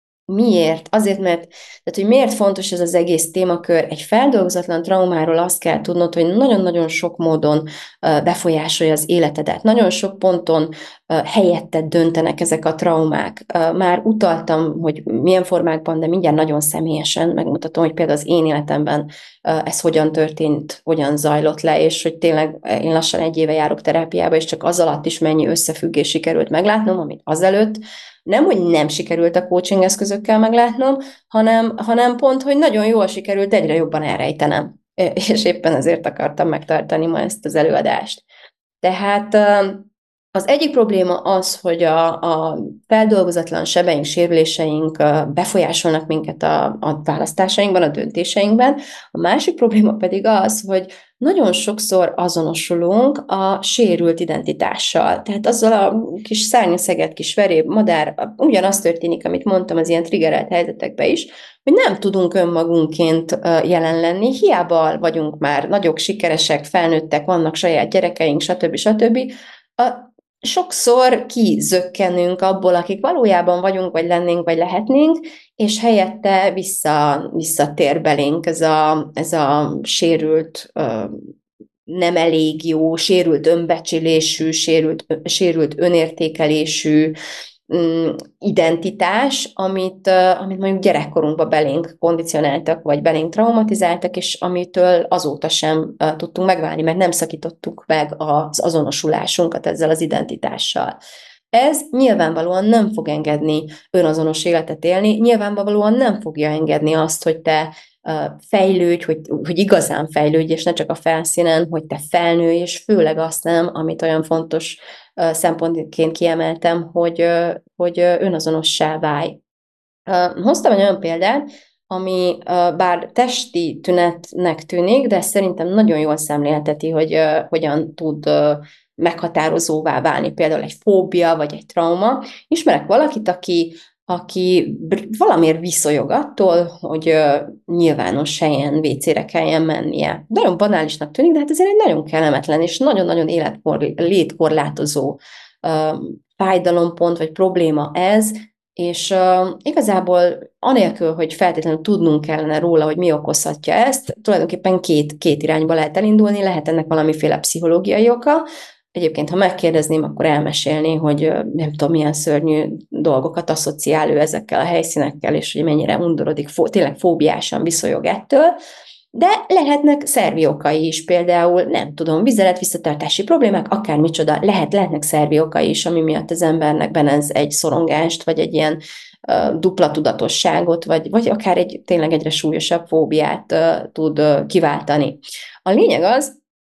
Miért? Azért, mert, tehát, hogy miért fontos ez az egész témakör? Egy feldolgozatlan traumáról azt kell tudnod, hogy nagyon-nagyon sok módon befolyásolja az életedet. Nagyon sok ponton helyetted döntenek ezek a traumák. Már utaltam, hogy milyen formákban, de mindjárt nagyon személyesen megmutatom, hogy például az én életemben ez hogyan történt, hogyan zajlott le, és hogy tényleg én lassan egy éve járok terápiába, és csak az alatt is mennyi összefüggés sikerült meglátnom, amit azelőtt nem, hogy nem sikerült a coaching eszközökkel meglátnom, hanem, hanem pont, hogy nagyon jól sikerült egyre jobban elrejtenem. És éppen ezért akartam megtartani ma ezt az előadást. Tehát az egyik probléma az, hogy a, a feldolgozatlan sebeink, sérüléseink befolyásolnak minket a, a választásainkban, a döntéseinkben. A másik probléma pedig az, hogy nagyon sokszor azonosulunk a sérült identitással. Tehát azzal a kis szárnyaszeget, kis veréb, madár, ugyanaz történik, amit mondtam az ilyen triggerelt helyzetekben is, hogy nem tudunk önmagunkként jelen lenni, hiába vagyunk már nagyok, sikeresek, felnőttek, vannak saját gyerekeink, stb. stb. A, sokszor kizökkenünk abból, akik valójában vagyunk, vagy lennénk, vagy lehetnénk, és helyette vissza, visszatér belénk ez a, ez a sérült, nem elég jó, sérült önbecsülésű, sérült, sérült önértékelésű identitás, amit, amit mondjuk gyerekkorunkban belénk kondicionáltak, vagy belénk traumatizáltak, és amitől azóta sem tudtunk megválni, mert nem szakítottuk meg az azonosulásunkat ezzel az identitással. Ez nyilvánvalóan nem fog engedni önazonos életet élni, nyilvánvalóan nem fogja engedni azt, hogy te fejlődj, hogy, hogy igazán fejlődj, és ne csak a felszínen, hogy te felnőj, és főleg azt nem, amit olyan fontos szempontként kiemeltem, hogy, hogy önazonossá válj. Hoztam egy olyan példát, ami bár testi tünetnek tűnik, de szerintem nagyon jól szemlélteti, hogy hogyan tud meghatározóvá válni, például egy fóbia, vagy egy trauma. Ismerek valakit, aki aki valamiért viszonyog attól, hogy uh, nyilvános helyen vécére kelljen mennie. Nagyon banálisnak tűnik, de hát ezért egy nagyon kellemetlen és nagyon-nagyon létkorlátozó uh, fájdalompont vagy probléma ez, és uh, igazából anélkül, hogy feltétlenül tudnunk kellene róla, hogy mi okozhatja ezt, tulajdonképpen két, két irányba lehet elindulni, lehet ennek valamiféle pszichológiai oka. Egyébként, ha megkérdezném, akkor elmesélni, hogy nem tudom, milyen szörnyű dolgokat asszociál ő ezekkel a helyszínekkel, és hogy mennyire undorodik, fó, tényleg fóbiásan viszonyog ettől, de lehetnek szervi okai is, például, nem tudom, vizelet visszatartási problémák, akármicsoda, lehet, lehetnek szervi okai is, ami miatt az embernek benez egy szorongást, vagy egy ilyen uh, dupla tudatosságot, vagy, vagy akár egy tényleg egyre súlyosabb fóbiát uh, tud uh, kiváltani. A lényeg az,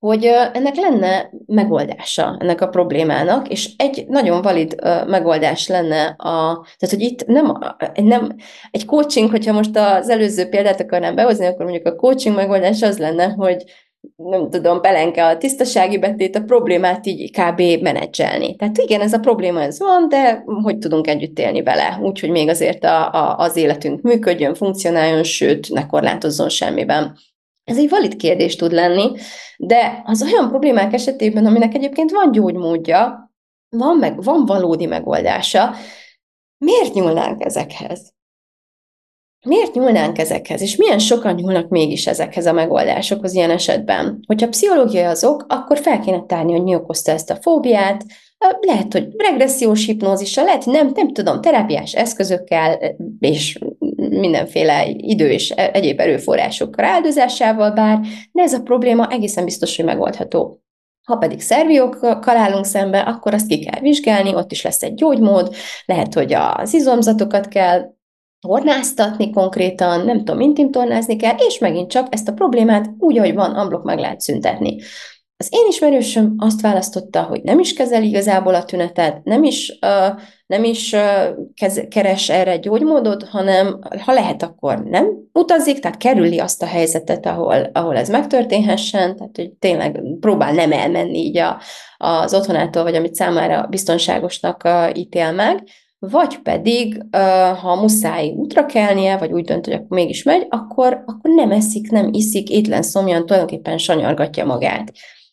hogy ennek lenne megoldása, ennek a problémának, és egy nagyon valid megoldás lenne, a, tehát hogy itt nem, nem egy coaching, hogyha most az előző példát akarnám behozni, akkor mondjuk a coaching megoldás az lenne, hogy nem tudom, Pelenke a tisztasági betét, a problémát így kb. Menedzselni. Tehát igen, ez a probléma ez van, de hogy tudunk együtt élni vele, úgyhogy még azért a, a, az életünk működjön, funkcionáljon, sőt, ne korlátozzon semmiben. Ez egy valid kérdés tud lenni, de az olyan problémák esetében, aminek egyébként van gyógymódja, van, meg, van valódi megoldása, miért nyúlnánk ezekhez? Miért nyúlnánk ezekhez, és milyen sokan nyúlnak mégis ezekhez a megoldásokhoz ilyen esetben? Hogyha pszichológiai azok, akkor fel kéne tárni, hogy mi okozta ezt a fóbiát, lehet, hogy regressziós hipnózissal, lehet, hogy nem, nem tudom, terápiás eszközökkel, és mindenféle idő és egyéb erőforrásokkal áldozásával bár, de ez a probléma egészen biztos, hogy megoldható. Ha pedig szerviókkal állunk szembe, akkor azt ki kell vizsgálni, ott is lesz egy gyógymód, lehet, hogy az izomzatokat kell tornáztatni konkrétan, nem tudom, intim tornázni kell, és megint csak ezt a problémát úgy, ahogy van, unblock meg lehet szüntetni. Az én ismerősöm azt választotta, hogy nem is kezeli igazából a tünetet, nem is, uh, nem is uh, kez, keres erre gyógymódot, hanem ha lehet, akkor nem utazik, tehát kerüli azt a helyzetet, ahol, ahol ez megtörténhessen, tehát hogy tényleg próbál nem elmenni így a, az otthonától, vagy amit számára biztonságosnak uh, ítél meg, vagy pedig, ha muszáj útra kelnie, vagy úgy dönt, hogy akkor mégis megy, akkor, akkor nem eszik, nem iszik, étlen szomjan, tulajdonképpen sanyargatja magát.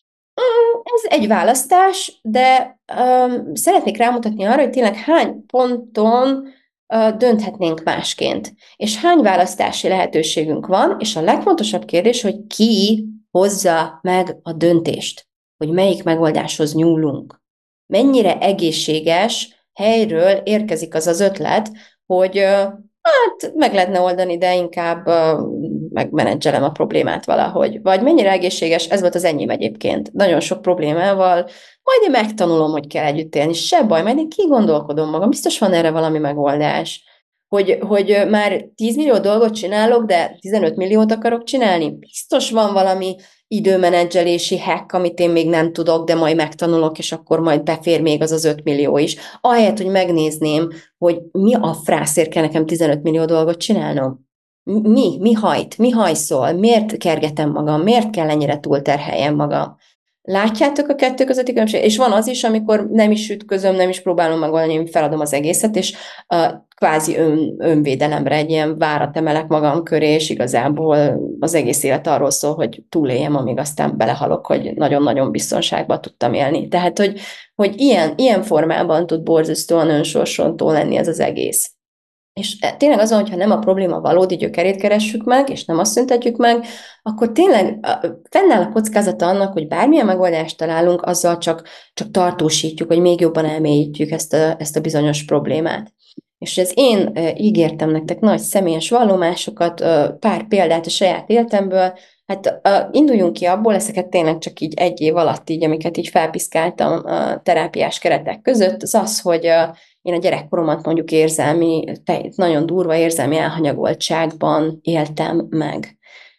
Ez egy választás, de um, szeretnék rámutatni arra, hogy tényleg hány ponton uh, dönthetnénk másként, és hány választási lehetőségünk van, és a legfontosabb kérdés, hogy ki hozza meg a döntést, hogy melyik megoldáshoz nyúlunk. Mennyire egészséges helyről érkezik az az ötlet, hogy hát meg lehetne oldani, de inkább megmenedzselem a problémát valahogy. Vagy mennyire egészséges, ez volt az enyém egyébként. Nagyon sok problémával, majd én megtanulom, hogy kell együtt élni, se baj, majd én kigondolkodom magam, biztos van erre valami megoldás. Hogy, hogy már tíz millió dolgot csinálok, de tizenöt milliót akarok csinálni, biztos van valami időmenedzselési hack, amit én még nem tudok, de majd megtanulok, és akkor majd befér még az az öt millió is. Ahelyett, hogy megnézném, hogy mi a frászért kell nekem tizenöt millió dolgot csinálnom. Mi? Mi hajt? Mi hajszol? Miért kergetem magam? Miért kell ennyire túlterheljem magam? Látjátok a kettő közötti különbséget? És van az is, amikor nem is ütközöm, nem is próbálom megoldani, feladom az egészet, és uh, kvázi ön, önvédelemre egy ilyen várat emelek magam köré, és igazából az egész élet arról szól, hogy túléljem, amíg aztán belehalok, hogy nagyon-nagyon biztonságban tudtam élni. Tehát, hogy, hogy ilyen, ilyen formában tud borzasztóan önsorsontó lenni ez az egész. És tényleg azon, hogyha nem a probléma valódi gyökerét keressük meg, és nem azt szüntetjük meg, akkor tényleg fennáll a kockázata annak, hogy bármilyen megoldást találunk, azzal csak, csak tartósítjuk, vagy még jobban elmélyítjük ezt a, ezt a bizonyos problémát. És ez én ígértem nektek nagy személyes vallomásokat, pár példát a saját életemből, hát induljunk ki abból, ezeket tényleg csak így egy év alatt, így, amiket így felpiszkáltam a terápiás keretek között, az az, hogy én a gyerekkoromat mondjuk érzelmi, nagyon durva érzelmi elhanyagoltságban éltem meg.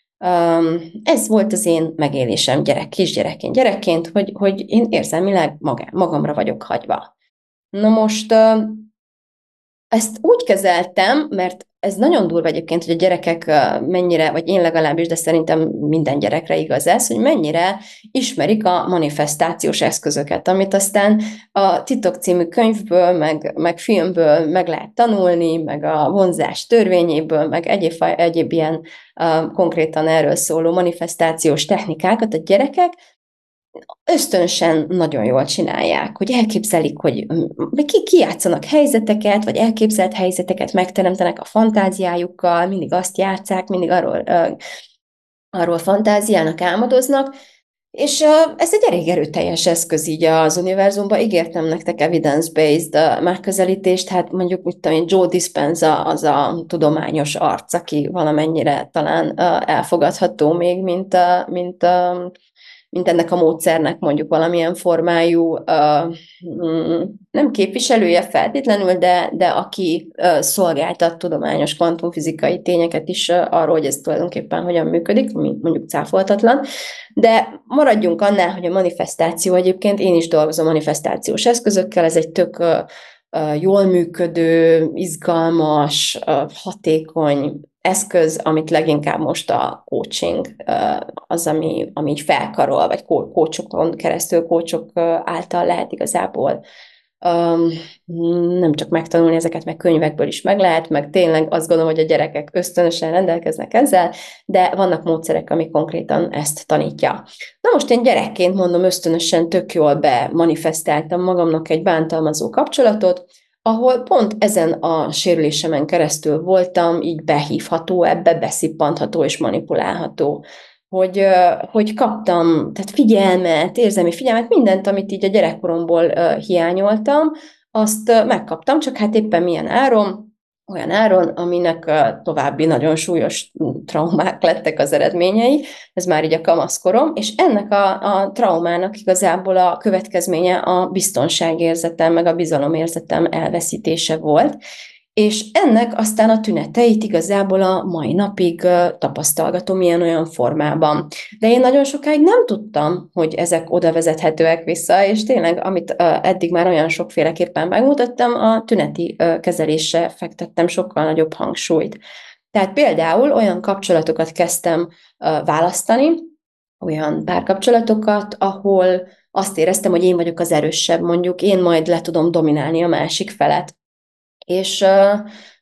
Ez volt az én megélésem gyerek, kisgyerekként, gyerekként, hogy, hogy én érzelmileg magam, magamra vagyok hagyva. Na most ezt úgy kezeltem, mert ez nagyon durva egyébként, hogy a gyerekek mennyire, vagy én legalábbis, de szerintem minden gyerekre igaz ez, hogy mennyire ismerik a manifestációs eszközöket, amit aztán a Titok című könyvből, meg, meg filmből meg lehet tanulni, meg a vonzás törvényéből, meg egyéb, egyéb ilyen uh, konkrétan erről szóló manifestációs technikákat a gyerekek ösztönösen nagyon jól csinálják, hogy elképzelik, hogy ki, ki játszanak helyzeteket, vagy elképzelt helyzeteket megteremtenek a fantáziájukkal, mindig azt játsszák, mindig arról, uh, arról fantáziálnak, álmodoznak, és uh, ez egy elég erőteljes eszköz így az univerzumban. Ígértem nektek evidence-based megközelítést, hát mondjuk, mit tudom én, Joe Dispenza az a tudományos arc, aki valamennyire talán uh, elfogadható még, mint, uh, mint uh, mint ennek a módszernek mondjuk valamilyen formájú, uh, nem képviselője feltétlenül, de, de aki uh, szolgáltat tudományos kvantumfizikai tényeket is uh, arról, hogy ez tulajdonképpen hogyan működik, mondjuk cáfolhatatlan. De maradjunk annál, hogy a manifestáció egyébként, én is dolgozom manifestációs eszközökkel, ez egy tök uh, uh, jól működő, izgalmas, uh, hatékony eszköz, amit leginkább most a coaching az, ami, ami így felkarol, vagy coachokon keresztül, coachok által lehet igazából um, nem csak megtanulni ezeket, meg könyvekből is meg lehet, meg tényleg azt gondolom, hogy a gyerekek ösztönösen rendelkeznek ezzel, de vannak módszerek, ami konkrétan ezt tanítja. Na most én gyerekként mondom, ösztönösen tök jól bemanifestáltam magamnak egy bántalmazó kapcsolatot, ahol pont ezen a sérülésemen keresztül voltam, így behívható ebbe, beszippantható és manipulálható. Hogy, hogy kaptam tehát figyelmet, érzelmi figyelmet, mindent, amit így a gyerekkoromból hiányoltam, azt megkaptam, csak hát éppen milyen áron, olyan áron, aminek további nagyon súlyos traumák lettek az eredményei, ez már így a kamaszkorom, és ennek a, a traumának igazából a következménye a biztonságérzetem, meg a bizalomérzetem elveszítése volt, és ennek aztán a tüneteit igazából a mai napig tapasztalgatom ilyen-olyan formában. De én nagyon sokáig nem tudtam, hogy ezek oda vezethetőek vissza, és tényleg, amit eddig már olyan sokféleképpen megmutattam, a tüneti kezelésre fektettem sokkal nagyobb hangsúlyt. Tehát például olyan kapcsolatokat kezdtem választani, olyan párkapcsolatokat, ahol azt éreztem, hogy én vagyok az erősebb, mondjuk én majd le tudom dominálni a másik felet. És uh,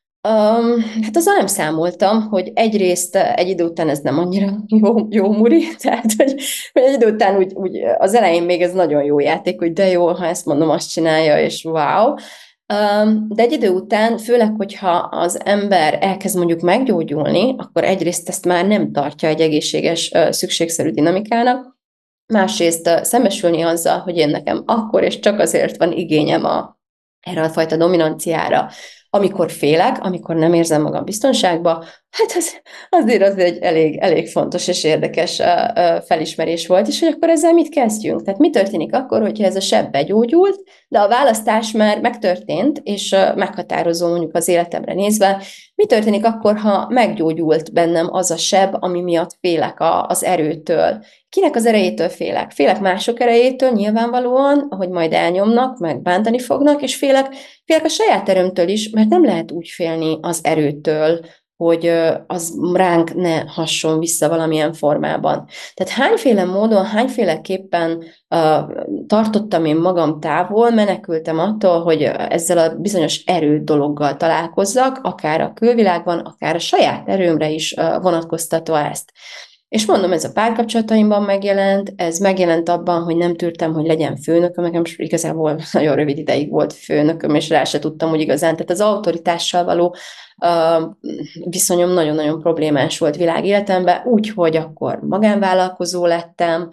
um, hát azzal nem számoltam, hogy egyrészt egy idő után ez nem annyira jó, jó muri, tehát hogy, hogy egy idő után úgy, úgy az elején még ez nagyon jó játék, hogy de jó, ha ezt mondom, azt csinálja, és wow. Um, de egy idő után, főleg, hogyha az ember elkezd mondjuk meggyógyulni, akkor egyrészt ezt már nem tartja egy egészséges, uh, szükségszerű dinamikának, másrészt uh, szembesülni azzal, hogy én nekem akkor és csak azért van igényem a erre a fajta dominanciára, amikor félek, amikor nem érzem magam biztonságban, hát az, azért az egy elég, elég fontos és érdekes uh, uh, felismerés volt, és hogy akkor ezzel mit kezdjünk? Tehát mi történik akkor, hogyha ez a seb begyógyult, de a választás már megtörtént, és uh, meghatározó mondjuk az életemre nézve, mi történik akkor, ha meggyógyult bennem az a seb, ami miatt félek a, az erőtől? Kinek az erejétől félek? Félek mások erejétől nyilvánvalóan, ahogy majd elnyomnak, meg bántani fognak, és félek, félek a saját erőmtől is, mert nem lehet úgy félni az erőtől, hogy az ránk ne hasson vissza valamilyen formában. Tehát hányféle módon, hányféleképpen uh, tartottam én magam távol, menekültem attól, hogy ezzel a bizonyos erő dologgal találkozzak, akár a külvilágban, akár a saját erőmre is uh, vonatkoztatva ezt. És mondom, ez a párkapcsolataimban megjelent, ez megjelent abban, hogy nem tűrtem, hogy legyen főnököm, nekem igazából nagyon rövid ideig volt főnököm, és rá se tudtam úgy igazán. Tehát az autoritással való uh, viszonyom nagyon-nagyon problémás volt világéletemben, úgyhogy akkor magánvállalkozó lettem,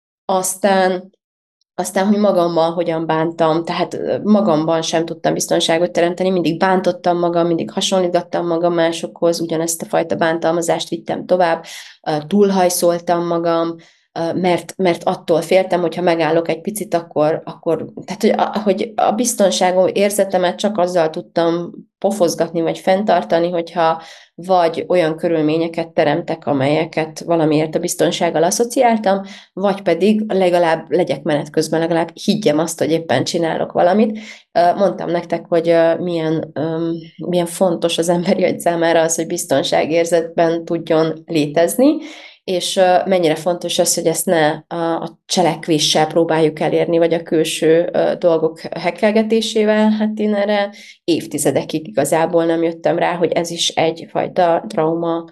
aztán Aztán, hogy magammal hogyan bántam, tehát magamban sem tudtam biztonságot teremteni, mindig bántottam magam, mindig hasonlítgattam magam másokhoz, ugyanezt a fajta bántalmazást vittem tovább, túlhajszoltam magam, mert, mert attól féltem, hogyha megállok egy picit, akkor, akkor tehát, hogy a, hogy a biztonságom érzetemet csak azzal tudtam pofozgatni, vagy fenntartani, hogyha vagy olyan körülményeket teremtek, amelyeket valamiért a biztonsággal asszociáltam, vagy pedig legalább legyek menet közben, legalább higgyem azt, hogy éppen csinálok valamit. Mondtam nektek, hogy milyen, milyen fontos az emberi agy számára az, hogy biztonságérzetben tudjon létezni, és mennyire fontos az, hogy ezt ne a cselekvéssel próbáljuk elérni, vagy a külső dolgok hekkelgetésével. Hát én erre évtizedekig igazából nem jöttem rá, hogy ez is egyfajta trauma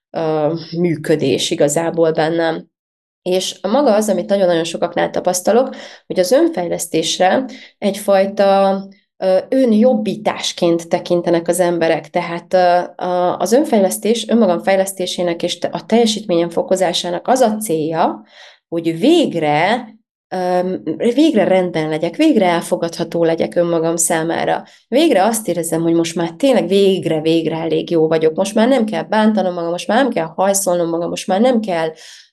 működés igazából bennem. És maga az, amit nagyon-nagyon sokaknál tapasztalok, hogy az önfejlesztésre egyfajta önjobbításként tekintenek az emberek. Tehát az önfejlesztés, önmagam fejlesztésének és a teljesítményem fokozásának az a célja, hogy végre végre rendben legyek, végre elfogadható legyek önmagam számára. Végre azt érzem, hogy most már tényleg végre, végre elég jó vagyok. Most már nem kell bántanom magam, most már nem kell hajszolnom magam, most már nem kell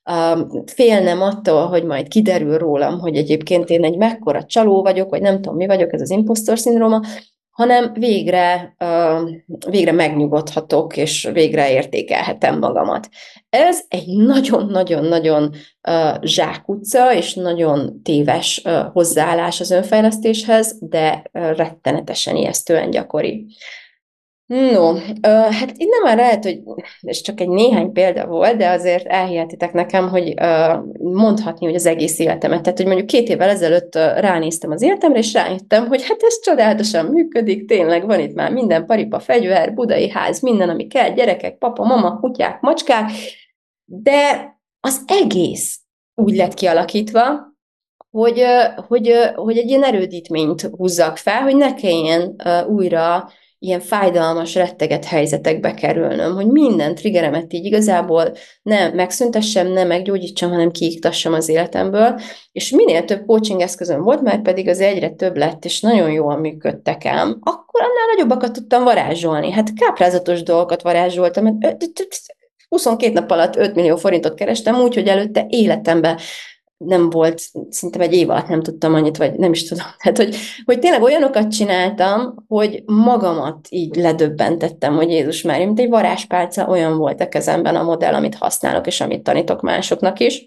félnem attól, hogy majd kiderül rólam, hogy egyébként én egy mekkora csaló vagyok, vagy nem tudom mi vagyok, ez az impostor szindróma, hanem végre, végre megnyugodhatok, és végre értékelhetem magamat. Ez egy nagyon-nagyon-nagyon zsákutca, és nagyon téves hozzáállás az önfejlesztéshez, de rettenetesen ijesztően gyakori. No, hát innen már lehet, hogy ez csak egy néhány példa volt, de azért elhihetitek nekem, hogy mondhatni, hogy az egész életemet. Tehát, hogy mondjuk két évvel ezelőtt ránéztem az életemre, és rájöttem, hogy hát ez csodálatosan működik, tényleg van itt már minden paripa, fegyver, budai ház, minden, ami kell, gyerekek, papa, mama, kutyák, macskák, de az egész úgy lett kialakítva, hogy, hogy, hogy egy ilyen erődítményt húzzak fel, hogy ne kelljen újra ilyen fájdalmas, retteget helyzetekbe kerülnöm, hogy minden triggeremet így igazából ne megszüntessem, ne meggyógyítsam, hanem kiiktassam az életemből, és minél több coaching eszközöm volt, már pedig az egyre több lett, és nagyon jól működtek ám, akkor annál nagyobbakat tudtam varázsolni. Hát káprázatos dolgokat varázsoltam, mert huszonkét nap alatt öt millió forintot kerestem úgy, hogy előtte életemben nem volt, szinte egy év alatt nem tudtam annyit, vagy nem is tudom. Tehát, hogy, hogy tényleg olyanokat csináltam, hogy magamat így ledöbbentettem, hogy Jézus már, mint egy varázspálca, olyan volt a kezemben a modell, amit használok, és amit tanítok másoknak is.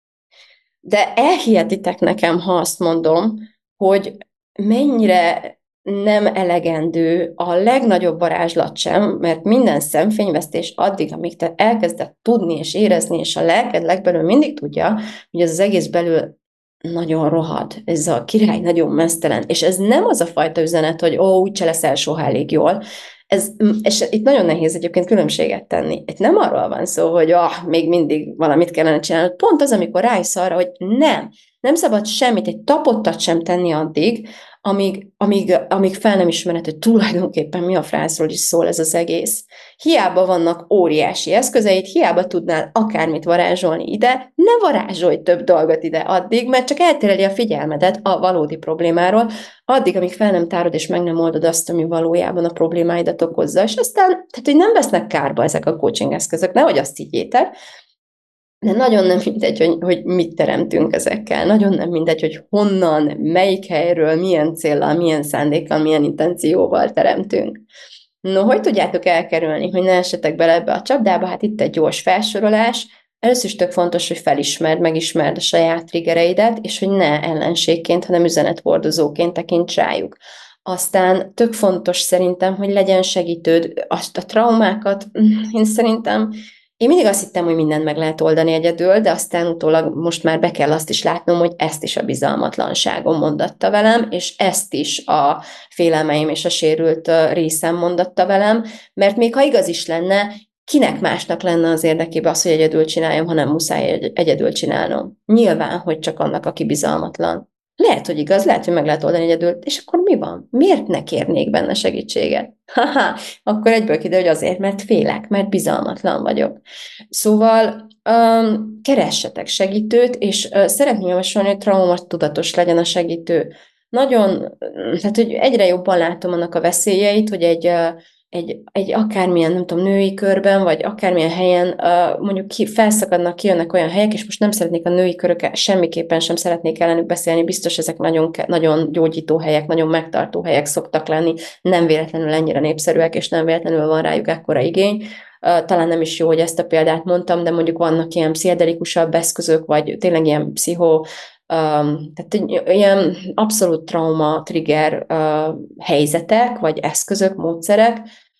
De elhihetitek nekem, ha azt mondom, hogy mennyire nem elegendő a legnagyobb varázslat sem, mert minden szemfényvesztés addig, amíg te elkezded tudni és érezni, és a lelked legbelül mindig tudja, hogy ez az egész belül nagyon rohad, ez a király nagyon meztelen, és ez nem az a fajta üzenet, hogy ó, úgyse leszel soha elég jól. Ez, és itt nagyon nehéz egyébként különbséget tenni. Itt nem arról van szó, hogy ah, még mindig valamit kellene csinálni. Pont az, amikor rájössz arra, hogy nem, nem szabad semmit, egy tapottat sem tenni addig, amíg, amíg, amíg fel nem ismered, hogy tulajdonképpen mi a frászról is szól ez az egész. Hiába vannak óriási eszközeid, hiába tudnál akármit varázsolni ide, ne varázsolj több dolgot ide addig, mert csak eltereli a figyelmedet a valódi problémáról, addig, amíg fel nem tárod és meg nem oldod azt, ami valójában a problémáidat okozza. És aztán, tehát, hogy nem vesznek kárba ezek a coaching eszközök, nehogy azt higgyétek, de nagyon nem mindegy, hogy, hogy mit teremtünk ezekkel. Nagyon nem mindegy, hogy honnan, melyik helyről, milyen céllal, milyen szándékkal, milyen intencióval teremtünk. No, hogy tudjátok elkerülni, hogy ne essetek bele ebbe a csapdába? Hát itt egy gyors felsorolás. Először is tök fontos, hogy felismerd, megismerd a saját triggereidet, és hogy ne ellenségként, hanem üzenethordozóként tekints rájuk. Aztán tök fontos szerintem, hogy legyen segítőd. Azt a traumákat, én szerintem én mindig azt hittem, hogy mindent meg lehet oldani egyedül, de aztán utólag most már be kell azt is látnom, hogy ezt is a bizalmatlanságom mondatta velem, és ezt is a félelmeim és a sérült részem mondatta velem, mert még ha igaz is lenne, kinek másnak lenne az érdekében az, hogy egyedül csináljam, ha nem muszáj egyedül csinálnom. Nyilván, hogy csak annak, aki bizalmatlan. Lehet, hogy igaz, lehet, hogy meg lehet oldani egyedül, és akkor mi van? Miért ne kérnék benne segítséget? Haha, akkor egyből kiderül, hogy azért, mert félek, mert bizalmatlan vagyok. Szóval um, keressetek segítőt, és uh, szeretném javasolni, hogy traumatudatos legyen a segítő. Nagyon, tehát, hogy egyre jobban látom annak a veszélyeit, hogy egy uh, Egy, egy akármilyen, nem tudom, női körben, vagy akármilyen helyen uh, mondjuk ki, felszakadnak, kijönnek olyan helyek, és most nem szeretnék a női körökkel, semmiképpen sem szeretnék ellenük beszélni, biztos ezek nagyon, nagyon gyógyító helyek, nagyon megtartó helyek szoktak lenni, nem véletlenül ennyire népszerűek, és nem véletlenül van rájuk ekkora igény. Uh, talán nem is jó, hogy ezt a példát mondtam, de mondjuk vannak ilyen pszichedelikusabb eszközök, vagy tényleg ilyen pszicho, Um, tehát ilyen abszolút trauma trigger uh, helyzetek, vagy eszközök, módszerek,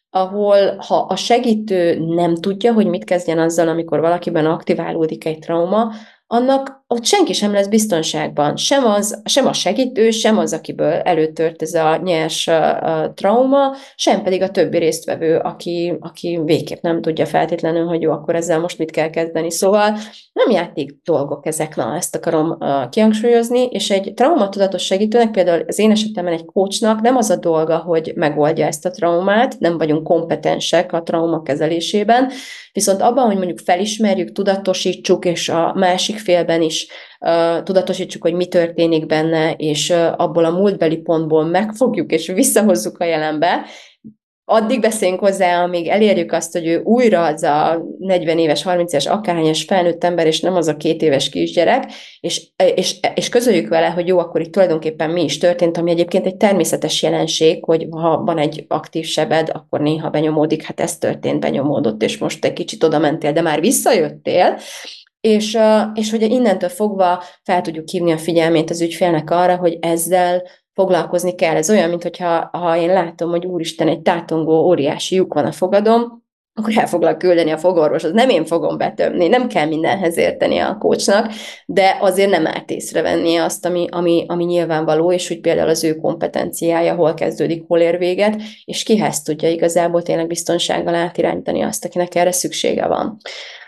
ahol ha a segítő nem tudja, hogy mit kezdjen azzal, amikor valakiben aktiválódik egy trauma, annak ott senki sem lesz biztonságban. Sem, az, sem a segítő, sem az, akiből előtört ez a nyers uh, trauma, sem pedig a többi résztvevő, aki, aki végképp nem tudja feltétlenül, hogy jó, akkor ezzel most mit kell kezdeni. Szóval nem játék dolgok ezek, na, ezt akarom uh, kihangsúlyozni, és egy traumatudatos segítőnek, például az én esetemben egy coachnak nem az a dolga, hogy megoldja ezt a traumát, nem vagyunk kompetensek a trauma kezelésében, viszont abban, hogy mondjuk felismerjük, tudatosítsuk, és a másik félben is uh, tudatosítsuk, hogy mi történik benne, és uh, abból a múltbeli pontból megfogjuk, és visszahozzuk a jelenbe, addig beszéljünk hozzá, amíg elérjük azt, hogy ő újra az a negyven éves, harminc éves, akárhányas felnőtt ember, és nem az a két éves kisgyerek, és, és, és közöljük vele, hogy jó, akkor itt tulajdonképpen mi is történt, ami egyébként egy természetes jelenség, hogy ha van egy aktív sebed, akkor néha benyomódik, hát ez történt, benyomódott, és most egy kicsit oda mentél, de már visszajöttél, és, és hogy innentől fogva fel tudjuk hívni a figyelmét az ügyfélnek arra, hogy ezzel foglalkozni kell. Ez olyan, mintha ha én látom, hogy úristen, egy tátongó óriási lyuk van a fogadom, akkor el foglak küldeni a fogorvoshoz. Nem én fogom betömni, nem kell mindenhez érteni a coachnak, de azért nem árt észrevennie azt, ami, ami, ami nyilvánvaló, és hogy például az ő kompetenciája hol kezdődik, hol ér véget, és kihez tudja igazából tényleg biztonsággal átirányítani azt, akinek erre szüksége van.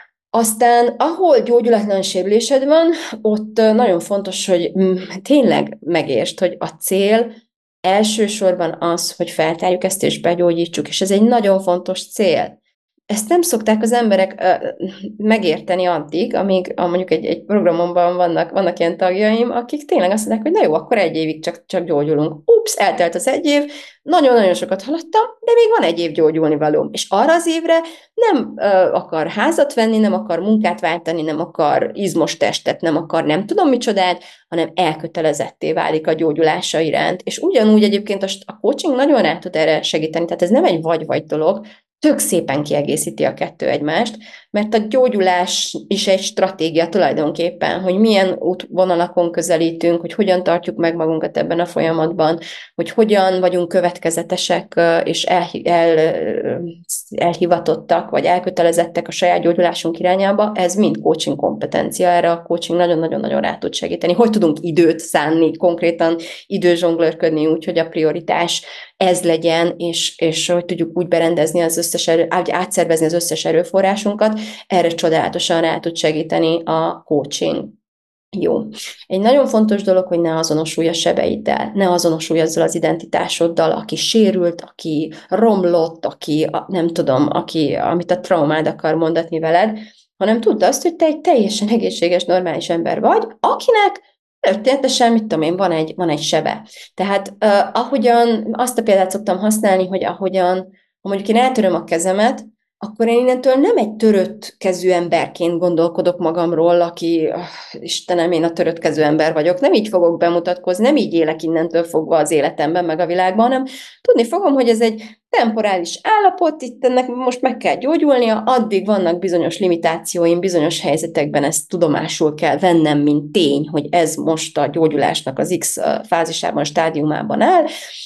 Aztán, ahol gyógyulatlan sérülésed van, ott nagyon fontos, hogy tényleg megértsd, hogy a cél elsősorban az, hogy feltárjuk ezt és begyógyítsuk, és ez egy nagyon fontos cél. Ezt nem szokták az emberek uh, megérteni addig, amíg a, mondjuk egy, egy programomban vannak, vannak ilyen tagjaim, akik tényleg azt mondják, hogy na jó, akkor egy évig csak, csak gyógyulunk. Ups, eltelt az egy év, nagyon-nagyon sokat haladtam, de még van egy év gyógyulni valóm. És arra az évre nem uh, akar házat venni, nem akar munkát váltani, nem akar izmos testet, nem akar nem tudom micsodát, hanem elkötelezetté válik a gyógyulása iránt. És ugyanúgy egyébként a, a coaching nagyon rá tud erre segíteni, tehát ez nem egy vagy-vagy dolog, tök szépen kiegészíti a kettő egymást, mert a gyógyulás is egy stratégia tulajdonképpen, hogy milyen útvonalakon közelítünk, hogy hogyan tartjuk meg magunkat ebben a folyamatban, hogy hogyan vagyunk következetesek és el, el, elhivatottak, vagy elkötelezettek a saját gyógyulásunk irányába, ez mind coaching kompetencia, erre a coaching nagyon-nagyon-nagyon rá tud segíteni. Hogy tudunk időt szánni, konkrétan időzsonglőrködni úgy, hogy a prioritás ez legyen, és, és hogy tudjuk úgy berendezni az összes erő, átszervezni az összes erőforrásunkat, erre csodálatosan rá tud segíteni a coaching. Jó. Egy nagyon fontos dolog, hogy ne azonosulj a sebeiddel, ne azonosulj azzal az identitásoddal, aki sérült, aki romlott, aki nem tudom, aki, amit a traumád akar mondatni veled, hanem tudd azt, hogy te egy teljesen egészséges, normális ember vagy, akinek történetesen, mit tudom én, van egy, van egy sebe. Tehát uh, ahogyan, azt a példát szoktam használni, hogy ahogyan, ha mondjuk én eltöröm a kezemet, akkor én innentől nem egy törött kezű emberként gondolkodok magamról, aki, oh, Istenem, én a törött kezű ember vagyok, nem így fogok bemutatkozni, nem így élek innentől fogva az életemben, meg a világban, hanem tudni fogom, hogy ez egy temporális állapot, itt ennek most meg kell gyógyulnia, addig vannak bizonyos limitációim, bizonyos helyzetekben ezt tudomásul kell vennem, mint tény, hogy ez most a gyógyulásnak az X fázisában, stádiumában áll,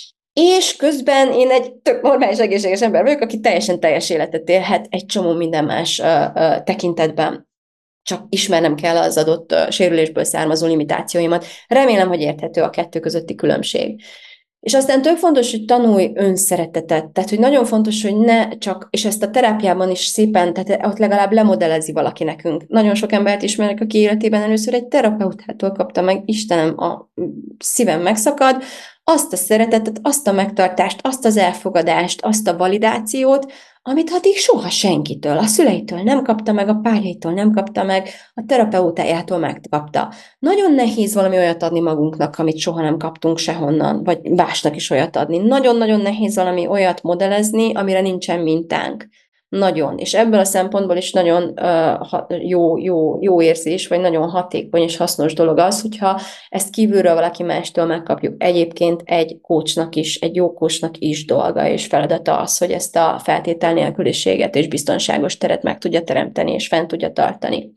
és közben én egy tök normális, egészséges ember vagyok, aki teljesen teljes életet élhet egy csomó minden más uh, uh, tekintetben. Csak ismernem kell az adott uh, sérülésből származó limitációimat. Remélem, hogy érthető a kettő közötti különbség. És aztán tök fontos, hogy tanulj önszeretetet, tehát hogy nagyon fontos, hogy ne csak, és ezt a terápiában is szépen, tehát ott legalább lemodellezi valaki nekünk. Nagyon sok embert ismerek, aki életében először egy terapeutától kapta meg, Istenem, a szívem megszakad, azt a szeretetet, azt a megtartást, azt az elfogadást, azt a validációt, amit addig soha senkitől, a szüleitől nem kapta meg, a párjaitól nem kapta meg, a terapeutájától megkapta. Nagyon nehéz valami olyat adni magunknak, amit soha nem kaptunk sehonnan, vagy másnak is olyat adni. Nagyon-nagyon nehéz valami olyat modellezni, amire nincsen mintánk. Nagyon. És ebből a szempontból is nagyon uh, jó, jó, jó érzés, vagy nagyon hatékony és hasznos dolog az, hogyha ezt kívülről valaki mástól megkapjuk. Egyébként egy coachnak is, egy jó coachnak is dolga és feladata az, hogy ezt a feltétel nélküliséget és biztonságos teret meg tudja teremteni és fent tudja tartani.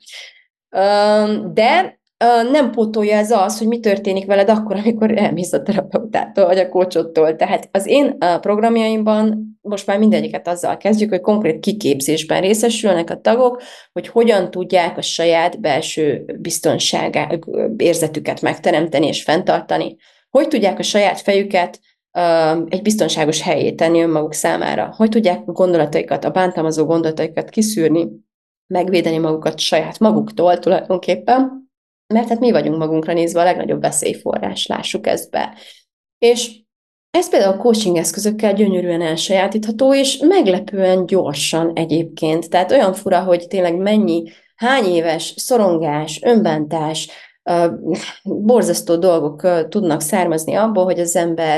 De nem pótolja ez az, hogy mi történik veled akkor, amikor elmész a terapeutától, vagy a coachottól. Tehát az én programjaimban most már mindegyiket azzal kezdjük, hogy konkrét kiképzésben részesülnek a tagok, hogy hogyan tudják a saját belső biztonság érzetüket megteremteni és fenntartani, hogy tudják a saját fejüket egy biztonságos helyé tenni önmaguk számára, hogy tudják a gondolataikat, a bántalmazó gondolataikat kiszűrni, megvédeni magukat saját maguktól tulajdonképpen, mert hát mi vagyunk magunkra nézve a legnagyobb veszélyforrás, lássuk ezt be. És ez például a coaching eszközökkel gyönyörűen elsajátítható, és meglepően gyorsan egyébként. Tehát olyan fura, hogy tényleg mennyi, hány éves szorongás, önbántás, borzasztó dolgok tudnak származni abból, hogy az ember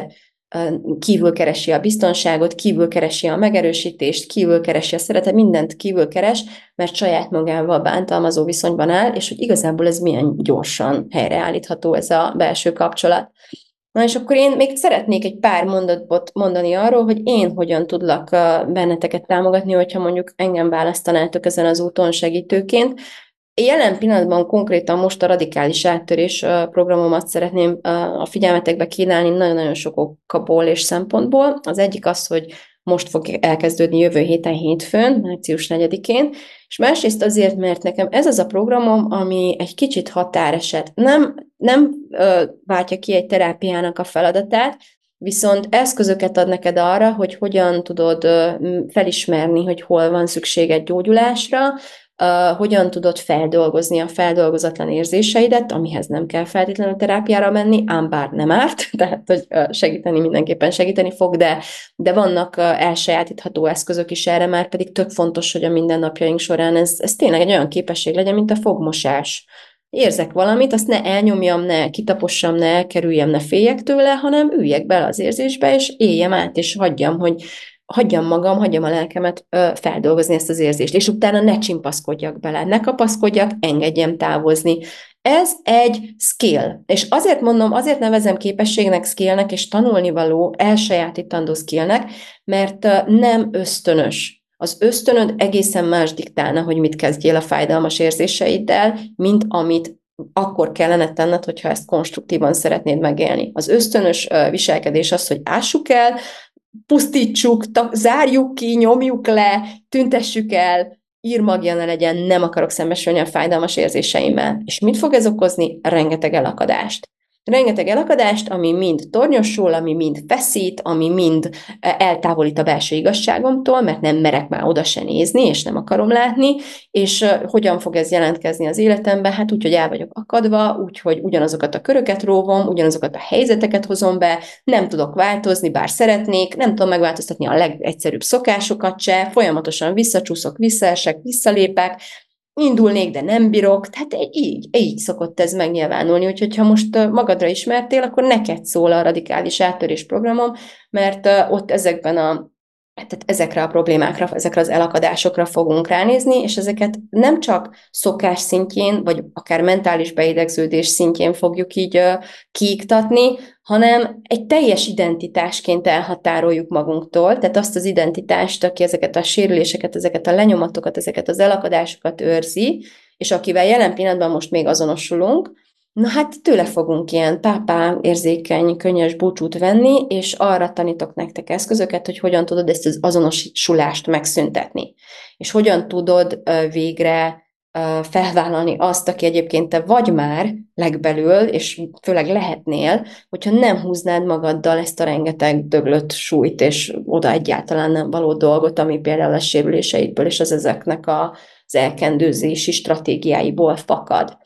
kívül keresi a biztonságot, kívül keresi a megerősítést, kívül keresi a szeretet, mindent kívül keres, mert saját magával bántalmazó viszonyban áll, és hogy igazából ez milyen gyorsan helyreállítható ez a belső kapcsolat. Na és akkor én még szeretnék egy pár mondatot mondani arról, hogy én hogyan tudlak benneteket támogatni, hogyha mondjuk engem választanátok ezen az úton segítőként. Jelen pillanatban konkrétan most a radikális áttörés programomat szeretném a figyelmetekbe kínálni nagyon-nagyon sok okból és szempontból. Az egyik az, hogy most fog elkezdődni jövő héten hétfőn, március negyedikén, és másrészt azért, mert nekem ez az a programom, ami egy kicsit határeset. Nem, nem ö, váltja ki egy terápiának a feladatát, viszont eszközöket ad neked arra, hogy hogyan tudod ö, felismerni, hogy hol van szükséged gyógyulásra, Uh, hogyan tudod feldolgozni a feldolgozatlan érzéseidet, amihez nem kell feltétlenül terápiára menni, ám bár nem árt, tehát hogy uh, segíteni mindenképpen segíteni fog, de, de vannak uh, elsajátítható eszközök is erre, már pedig tök fontos, hogy a mindennapjaink során ez, ez tényleg egy olyan képesség legyen, mint a fogmosás. Érzek valamit, azt ne elnyomjam, ne kitapossam, ne elkerüljem, ne féljek tőle, hanem üljek bele az érzésbe, és éljem át, és hagyjam, hogy hagyjam magam, hagyjam a lelkemet ö, feldolgozni ezt az érzést, és utána ne csimpaszkodjak bele, ne kapaszkodjak, engedjem távozni. Ez egy skill, és azért mondom, azért nevezem képességnek, skillnek, és tanulnivaló, elsajátítandó skillnek, mert ö, nem ösztönös. Az ösztönöd egészen más diktálna, hogy mit kezdjél a fájdalmas érzéseiddel, mint amit akkor kellene tenned, hogyha ezt konstruktívan szeretnéd megélni. Az ösztönös ö, viselkedés az, hogy ássuk el, pusztítsuk, ta- zárjuk ki, nyomjuk le, tüntessük el, írmagja ne legyen, nem akarok szembesülni a fájdalmas érzéseimmel. És mit fog ez okozni? Rengeteg elakadást. Rengeteg elakadást, ami mind tornyosul, ami mind feszít, ami mind eltávolít a belső igazságomtól, mert nem merek már oda se nézni, és nem akarom látni, és hogyan fog ez jelentkezni az életemben? Hát úgy, hogy el vagyok akadva, úgy, hogy ugyanazokat a köröket róvom, ugyanazokat a helyzeteket hozom be, nem tudok változni, bár szeretnék, nem tudom megváltoztatni a legegyszerűbb szokásokat se, folyamatosan visszacsúszok, visszaesek, visszalépek, indulnék, de nem bírok, tehát így, így szokott ez megnyilvánulni, úgyhogy ha most magadra ismertél, akkor neked szól a radikális áttörés programom, mert ott ezekben a tehát ezekre a problémákra, ezekre az elakadásokra fogunk ránézni, és ezeket nem csak szokás szintjén, vagy akár mentális beidegződés szintjén fogjuk így uh, kiiktatni, hanem egy teljes identitásként elhatároljuk magunktól, tehát azt az identitást, aki ezeket a sérüléseket, ezeket a lenyomatokat, ezeket az elakadásokat őrzi, és akivel jelen pillanatban most még azonosulunk, na hát tőle fogunk ilyen pápá, érzékeny, könnyes búcsút venni, és arra tanítok nektek eszközöket, hogy hogyan tudod ezt az azonosulást megszüntetni. És hogyan tudod végre felvállalni azt, aki egyébként te vagy már legbelül, és főleg lehetnél, hogyha nem húznád magaddal ezt a rengeteg döglött súlyt, és oda egyáltalán nem való dolgot, ami például a sérüléseidből és az ezeknek az elkendőzési stratégiáiból fakad.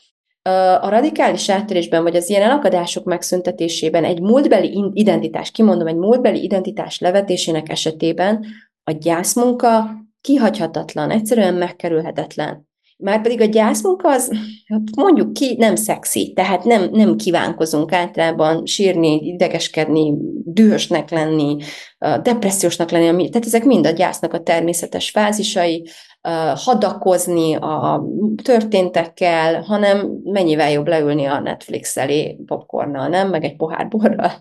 A radikális áttörésben, vagy az ilyen elakadások megszüntetésében egy múltbeli identitás, kimondom, egy múltbeli identitás levetésének esetében a gyászmunka kihagyhatatlan, egyszerűen megkerülhetetlen. Márpedig a gyászmunka az, mondjuk ki, nem szexi, tehát nem, nem kívánkozunk általában sírni, idegeskedni, dühösnek lenni, depressziósnak lenni, tehát ezek mind a gyásznak a természetes fázisai, hadakozni a történtekkel, hanem mennyivel jobb leülni a Netflix elé popcornnal, nem? Meg egy pohár borral.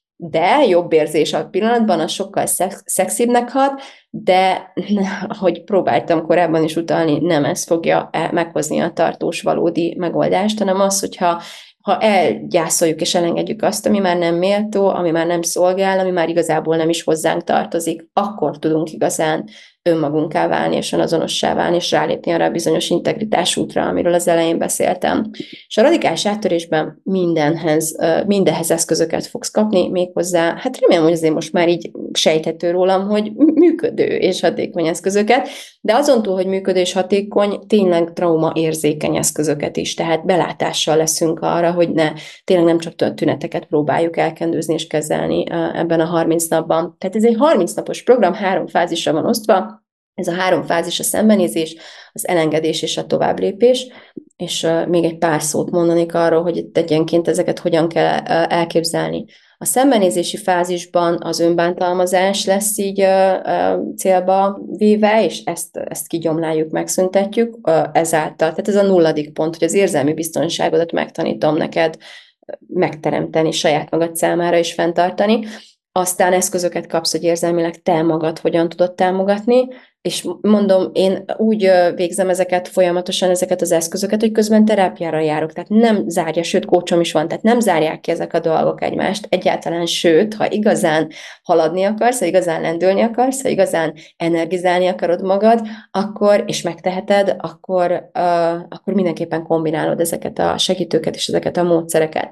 De jobb érzés a pillanatban, az sokkal szex- szexibbnek hat, de ahogy próbáltam korábban is utalni, nem ez fogja meghozni a tartós valódi megoldást, hanem az, hogyha ha elgyászoljuk és elengedjük azt, ami már nem méltó, ami már nem szolgál, ami már igazából nem is hozzánk tartozik, akkor tudunk igazán önmagunká válni, és önazonossá válni, és rálépni arra a bizonyos integritás útra, amiről az elején beszéltem. És a radikális áttörésben mindenhez, mindenhez eszközöket fogsz kapni, méghozzá, hát remélem, hogy azért most már így sejthető rólam, hogy működő és hatékony eszközöket, de azon túl, hogy működő és hatékony, tényleg trauma érzékeny eszközöket is, tehát belátással leszünk arra, hogy ne, tényleg nem csak tüneteket próbáljuk elkendőzni és kezelni ebben a harminc napban. Tehát ez egy harminc napos program, három fázisra van osztva. Ez a három fázis: a szembenézés, az elengedés és a továbblépés, és uh, még egy pár szót mondanék arról, hogy itt egyenként ezeket hogyan kell uh, elképzelni. A szembenézési fázisban az önbántalmazás lesz így ö, ö, célba véve, és ezt, ezt kigyomláljuk, megszüntetjük ö, ezáltal. Tehát ez a nulladik pont, hogy az érzelmi biztonságodat megtanítom neked megteremteni saját magad számára és fenntartani. Aztán eszközöket kapsz, hogy érzelmileg te magad hogyan tudod támogatni, és mondom, én úgy végzem ezeket folyamatosan, ezeket az eszközöket, hogy közben terápiára járok, tehát nem zárja, sőt, kócsom is van, tehát nem zárják ki ezek a dolgok egymást egyáltalán, sőt, ha igazán haladni akarsz, ha igazán lendülni akarsz, ha igazán energizálni akarod magad, akkor, és megteheted, akkor, uh, akkor mindenképpen kombinálod ezeket a segítőket és ezeket a módszereket.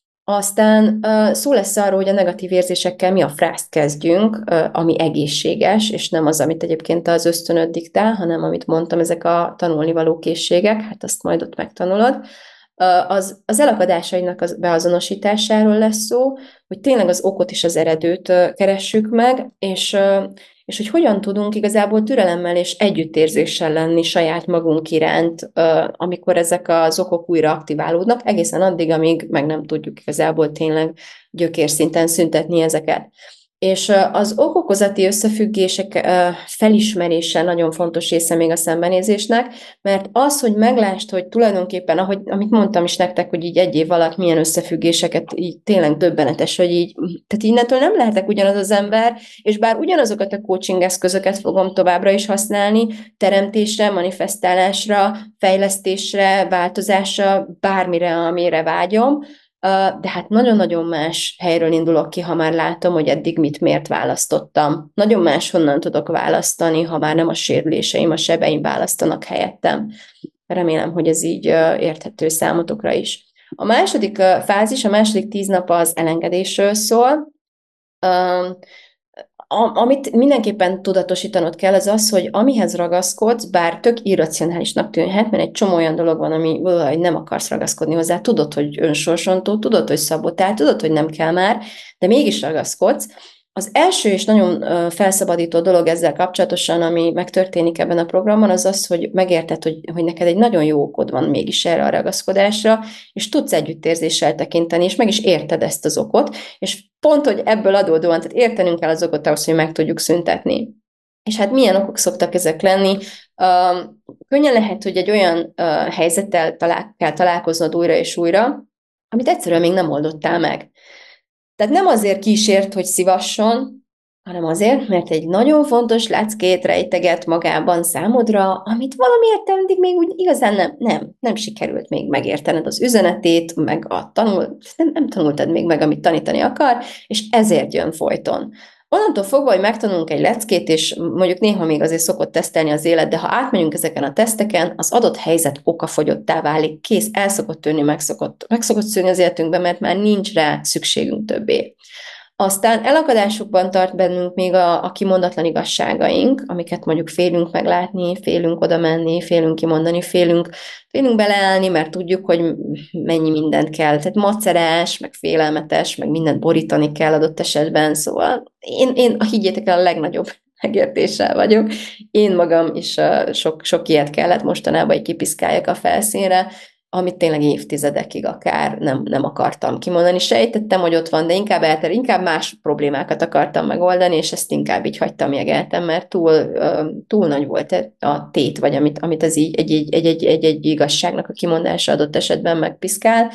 Aztán uh, szó lesz arról, hogy a negatív érzésekkel mi a frászt kezdjünk, uh, ami egészséges, és nem az, amit egyébként az ösztönöd diktál, hanem amit mondtam, ezek a tanulnivaló készségek, hát azt majd ott megtanulod. Uh, az, az elakadásainak az beazonosításáról lesz szó, hogy tényleg az okot és az eredőt uh, keressük meg, és uh, és hogy hogyan tudunk igazából türelemmel és együttérzéssel lenni saját magunk iránt, amikor ezek az okok újra aktiválódnak, egészen addig, amíg meg nem tudjuk igazából tényleg gyökérszinten szüntetni ezeket. És az okokozati összefüggések felismerése nagyon fontos része még a szembenézésnek, mert az, hogy meglásd, hogy tulajdonképpen, ahogy, amit mondtam is nektek, hogy így egy év alatt milyen összefüggéseket, így tényleg döbbenetes, hogy így, tehát innentől nem lehetek ugyanaz az ember, és bár ugyanazokat a coaching eszközöket fogom továbbra is használni, teremtésre, manifestálásra, fejlesztésre, változásra, bármire, amire vágyom, de hát nagyon-nagyon más helyről indulok ki, ha már látom, hogy eddig mit miért választottam. Nagyon máshonnan tudok választani, ha már nem a sérüléseim, a sebeim választanak helyettem. Remélem, hogy ez így érthető számotokra is. A második fázis, a második tíz nap az elengedésről szól. Amit mindenképpen tudatosítanod kell, az az, hogy amihez ragaszkodsz, bár tök irracionálisnak tűnhet, mert egy csomó olyan dolog van, ami valahogy nem akarsz ragaszkodni hozzá, tudod, hogy önsorsontó, tudod, hogy szabotál, tudod, hogy nem kell már, de mégis ragaszkodsz. Az első és nagyon felszabadító dolog ezzel kapcsolatosan, ami megtörténik ebben a programban, az az, hogy megérted, hogy, hogy neked egy nagyon jó okod van mégis erre a ragaszkodásra, és tudsz együttérzéssel tekinteni, és meg is érted ezt az okot, és pont, hogy ebből adódóan, tehát értenünk kell az okot ahhoz, hogy meg tudjuk szüntetni. És hát milyen okok szoktak ezek lenni? Uh, könnyen lehet, hogy egy olyan uh, helyzettel talál, kell találkoznod újra és újra, amit egyszerűen még nem oldottál meg. Tehát nem azért kísért, hogy szivasson, hanem azért, mert egy nagyon fontos leckét rejteget magában számodra, amit valamiért eddig még úgy igazán nem, nem, nem sikerült még megértened az üzenetét, meg a tanul, nem, nem tanultad még meg, amit tanítani akar, és ezért jön folyton. Onnantól fogva, hogy megtanulunk egy leckét, és mondjuk néha még azért szokott tesztelni az élet, de ha átmegyünk ezeken a teszteken, az adott helyzet okafogyottá válik, kész, el szokott tűnni, meg szokott, meg szokott szűnni az életünkbe, mert már nincs rá szükségünk többé. Aztán elakadásokban tart bennünk még a, a kimondatlan igazságaink, amiket mondjuk félünk meglátni, félünk oda menni, félünk kimondani, félünk, félünk beleállni, mert tudjuk, hogy mennyi mindent kell. Tehát macerás, meg félelmetes, meg mindent borítani kell adott esetben. Szóval én, én higgyétek el, a legnagyobb megértéssel vagyok. Én magam is uh, sok, sok ilyet kellett mostanában, hogy kipiszkáljak a felszínre, amit tényleg évtizedekig akár nem, nem akartam kimondani. Sejtettem, hogy ott van, de inkább elter, inkább más problémákat akartam megoldani, és ezt inkább így hagytam, jegeltem, mert túl, túl nagy volt a tét, vagy amit, amit az így egy, egy, egy, egy, egy igazságnak a kimondása adott esetben megpiszkál.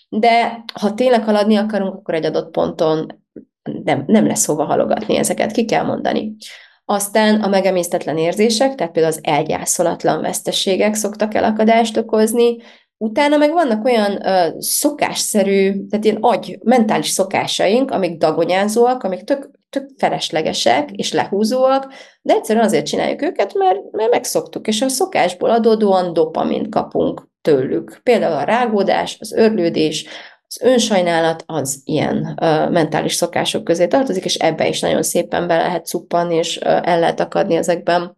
De ha tényleg haladni akarunk, akkor egy adott ponton nem, nem lesz hova halogatni ezeket, ki kell mondani. Aztán a megemésztetlen érzések, tehát például az elgyászolatlan veszteségek szoktak elakadást okozni. Utána meg vannak olyan uh, szokásszerű, tehát ilyen agy, mentális szokásaink, amik dagonyázóak, amik tök, tök feleslegesek és lehúzóak, de egyszerűen azért csináljuk őket, mert, mert megszoktuk, és a szokásból adódóan dopamint kapunk tőlük. Például a rágódás, az örlődés, az önsajnálat az ilyen uh, mentális szokások közé tartozik, és ebbe is nagyon szépen be lehet cuppanni, és uh, el lehet akadni ezekben.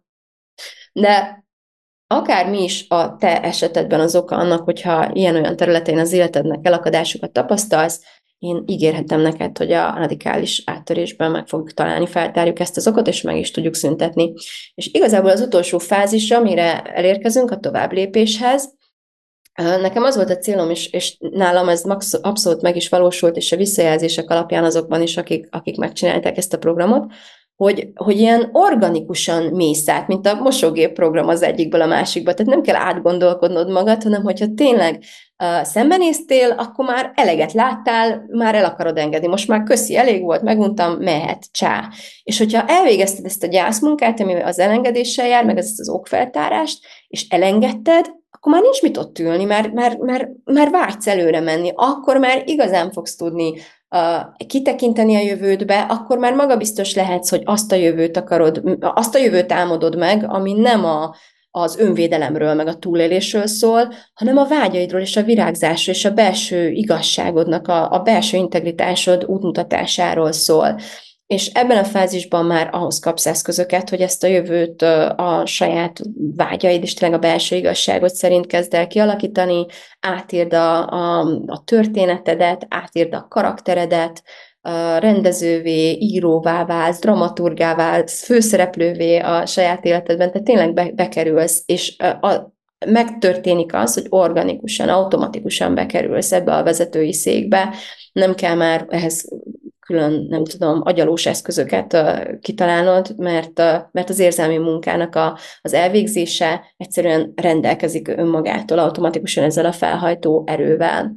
De akármi is a te esetedben az oka annak, hogyha ilyen-olyan területein az életednek elakadásokat tapasztalsz, én ígérhetem neked, hogy a radikális áttörésben meg fogjuk találni, feltárjuk ezt az okot, és meg is tudjuk szüntetni. És igazából az utolsó fázis, amire elérkezünk a továbblépéshez, Nekem az volt a célom, és, és nálam ez abszolút meg is valósult, és a visszajelzések alapján azokban is, akik, akik megcsinálták ezt a programot, hogy, hogy ilyen organikusan mész át, mint a mosógép program az egyikből a másikba. Tehát nem kell átgondolkodnod magad, hanem hogyha tényleg uh, szembenéztél, akkor már eleget láttál, már el akarod engedni. Most már köszi, elég volt, meguntam, mehet, csá. És hogyha elvégezted ezt a gyászmunkát, ami az elengedéssel jár, meg ezt az okfeltárást, és elengedted, akkor már nincs mit ott ülni, már, már, már, már vágysz előre menni, akkor már igazán fogsz tudni uh, kitekinteni a jövődbe, akkor már magabiztos lehetsz, hogy azt a jövőt akarod, azt a jövőt álmodod meg, ami nem a, az önvédelemről, meg a túlélésről szól, hanem a vágyaidról és a virágzásról és a belső igazságodnak, a, a belső integritásod útmutatásáról szól. És ebben a fázisban már ahhoz kapsz eszközöket, hogy ezt a jövőt a saját vágyaid és tényleg a belső igazságot szerint kezd el kialakítani, átírd a, a, a történetedet, átírd a karakteredet, a rendezővé, íróvá válsz, dramaturgá válsz, főszereplővé a saját életedben, tehát tényleg be, bekerülsz, és a, a, megtörténik az, hogy organikusan, automatikusan bekerülsz ebbe a vezetői székbe, nem kell már ehhez külön, nem tudom, agyalós eszközöket uh, kitalálnod, mert, uh, mert az érzelmi munkának a, az elvégzése egyszerűen rendelkezik önmagától automatikusan ezzel a felhajtó erővel.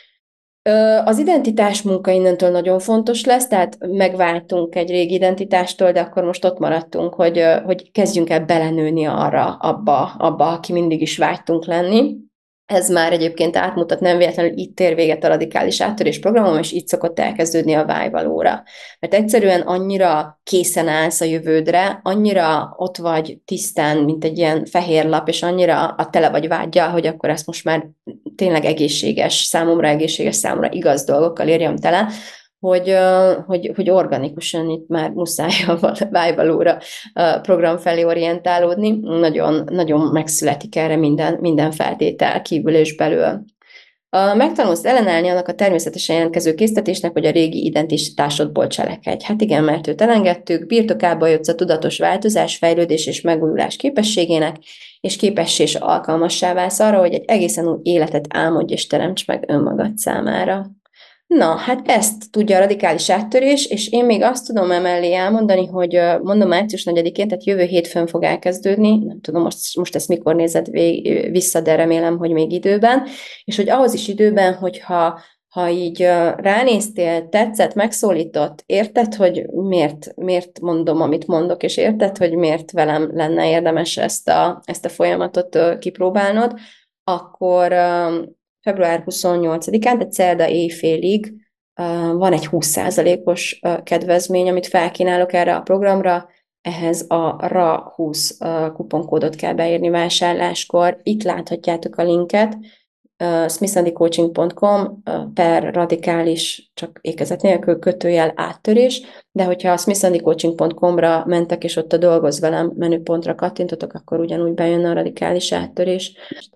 Uh, az identitás munka innentől nagyon fontos lesz, tehát megváltunk egy régi identitástól, de akkor most ott maradtunk, hogy, uh, hogy kezdjünk el belenőni arra, abba, abba, aki mindig is vágytunk lenni. Ez már egyébként átmutat, nem véletlenül itt ér véget a radikális áttörés programom, és itt szokott elkezdődni a vágyvalóra. Mert egyszerűen annyira készen állsz a jövődre, annyira ott vagy tisztán, mint egy ilyen fehér lap, és annyira a tele vagy vággyal, hogy akkor ezt most már tényleg egészséges, számomra egészséges, számomra igaz dolgokkal érjem tele, hogy, hogy, hogy organikusan itt már muszáj a vágyvalóra program felé orientálódni. Nagyon, nagyon megszületik erre minden, minden feltétel kívül és belül. Megtanulsz ellenállni annak a természetesen jelentkező késztetésnek, hogy a régi identitásodból cselekedj. Hát igen, mert őt elengedtük, birtokába jutsz a tudatos változás, fejlődés és megújulás képességének, és képessé és alkalmassá válsz arra, hogy egy egészen új életet álmodj és teremts meg önmagad számára. Na, hát ezt tudja a radikális áttörés, és én még azt tudom emellé elmondani, hogy mondom március negyedikén, tehát jövő hétfőn fog elkezdődni, nem tudom most, most ezt mikor nézed vissza, de remélem, hogy még időben, és hogy ahhoz is időben, hogyha ha így ránéztél, tetszett, megszólított, érted, hogy miért, miért mondom, amit mondok, és érted, hogy miért velem lenne érdemes ezt a, ezt a folyamatot kipróbálnod, akkor február huszonnyolcadikán, tehát szerda éjfélig van egy húsz százalékos kedvezmény, amit felkínálok erre a programra, ehhez a er á húsz kuponkódot kell beírni vásárláskor. Itt láthatjátok a linket, smithsandycoaching pont com per radikális, csak ékezet nélkül kötőjel áttörés, de hogyha a smithsandycoaching pont com-ra mentek, és ott a dolgoz velem menüpontra kattintotok, akkor ugyanúgy bejönne a radikális áttörés.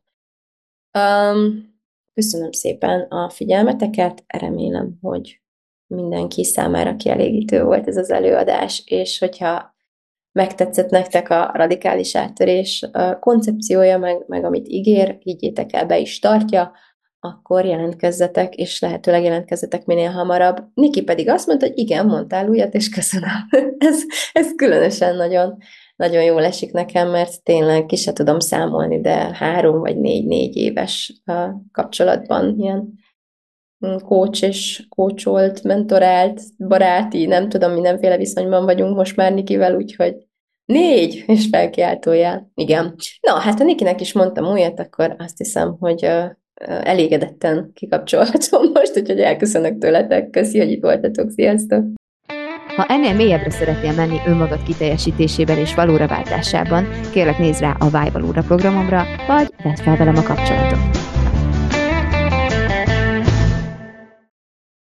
Um, Köszönöm szépen a figyelmeteket, remélem, hogy mindenki számára kielégítő volt ez az előadás, és hogyha megtetszett nektek a radikális áttörés a koncepciója, meg, meg amit ígér, higgyétek el, be is tartja, akkor jelentkezzetek, és lehetőleg jelentkezzetek minél hamarabb. Niki pedig azt mondta, hogy igen, mondtál újat, és köszönöm. ez, ez különösen nagyon, nagyon jól esik nekem, mert tényleg ki se tudom számolni, de három vagy négy-négy éves kapcsolatban ilyen coach és coacholt, mentorált, baráti, nem tudom, mindenféle viszonyban vagyunk most már Nikivel, úgyhogy négy, és felkiáltójel. Igen. Na, hát ha Nikinek is mondtam újat, akkor azt hiszem, hogy elégedetten kikapcsolhatom most, úgyhogy elköszönök tőletek. Köszi, hogy itt voltatok. Sziasztok! Ha ennél mélyebbre szeretnél menni önmagad kiteljesítésében és valóra váltásában, kérlek nézz rá a Vágyvalóra programomra, vagy vedd fel velem a kapcsolatot.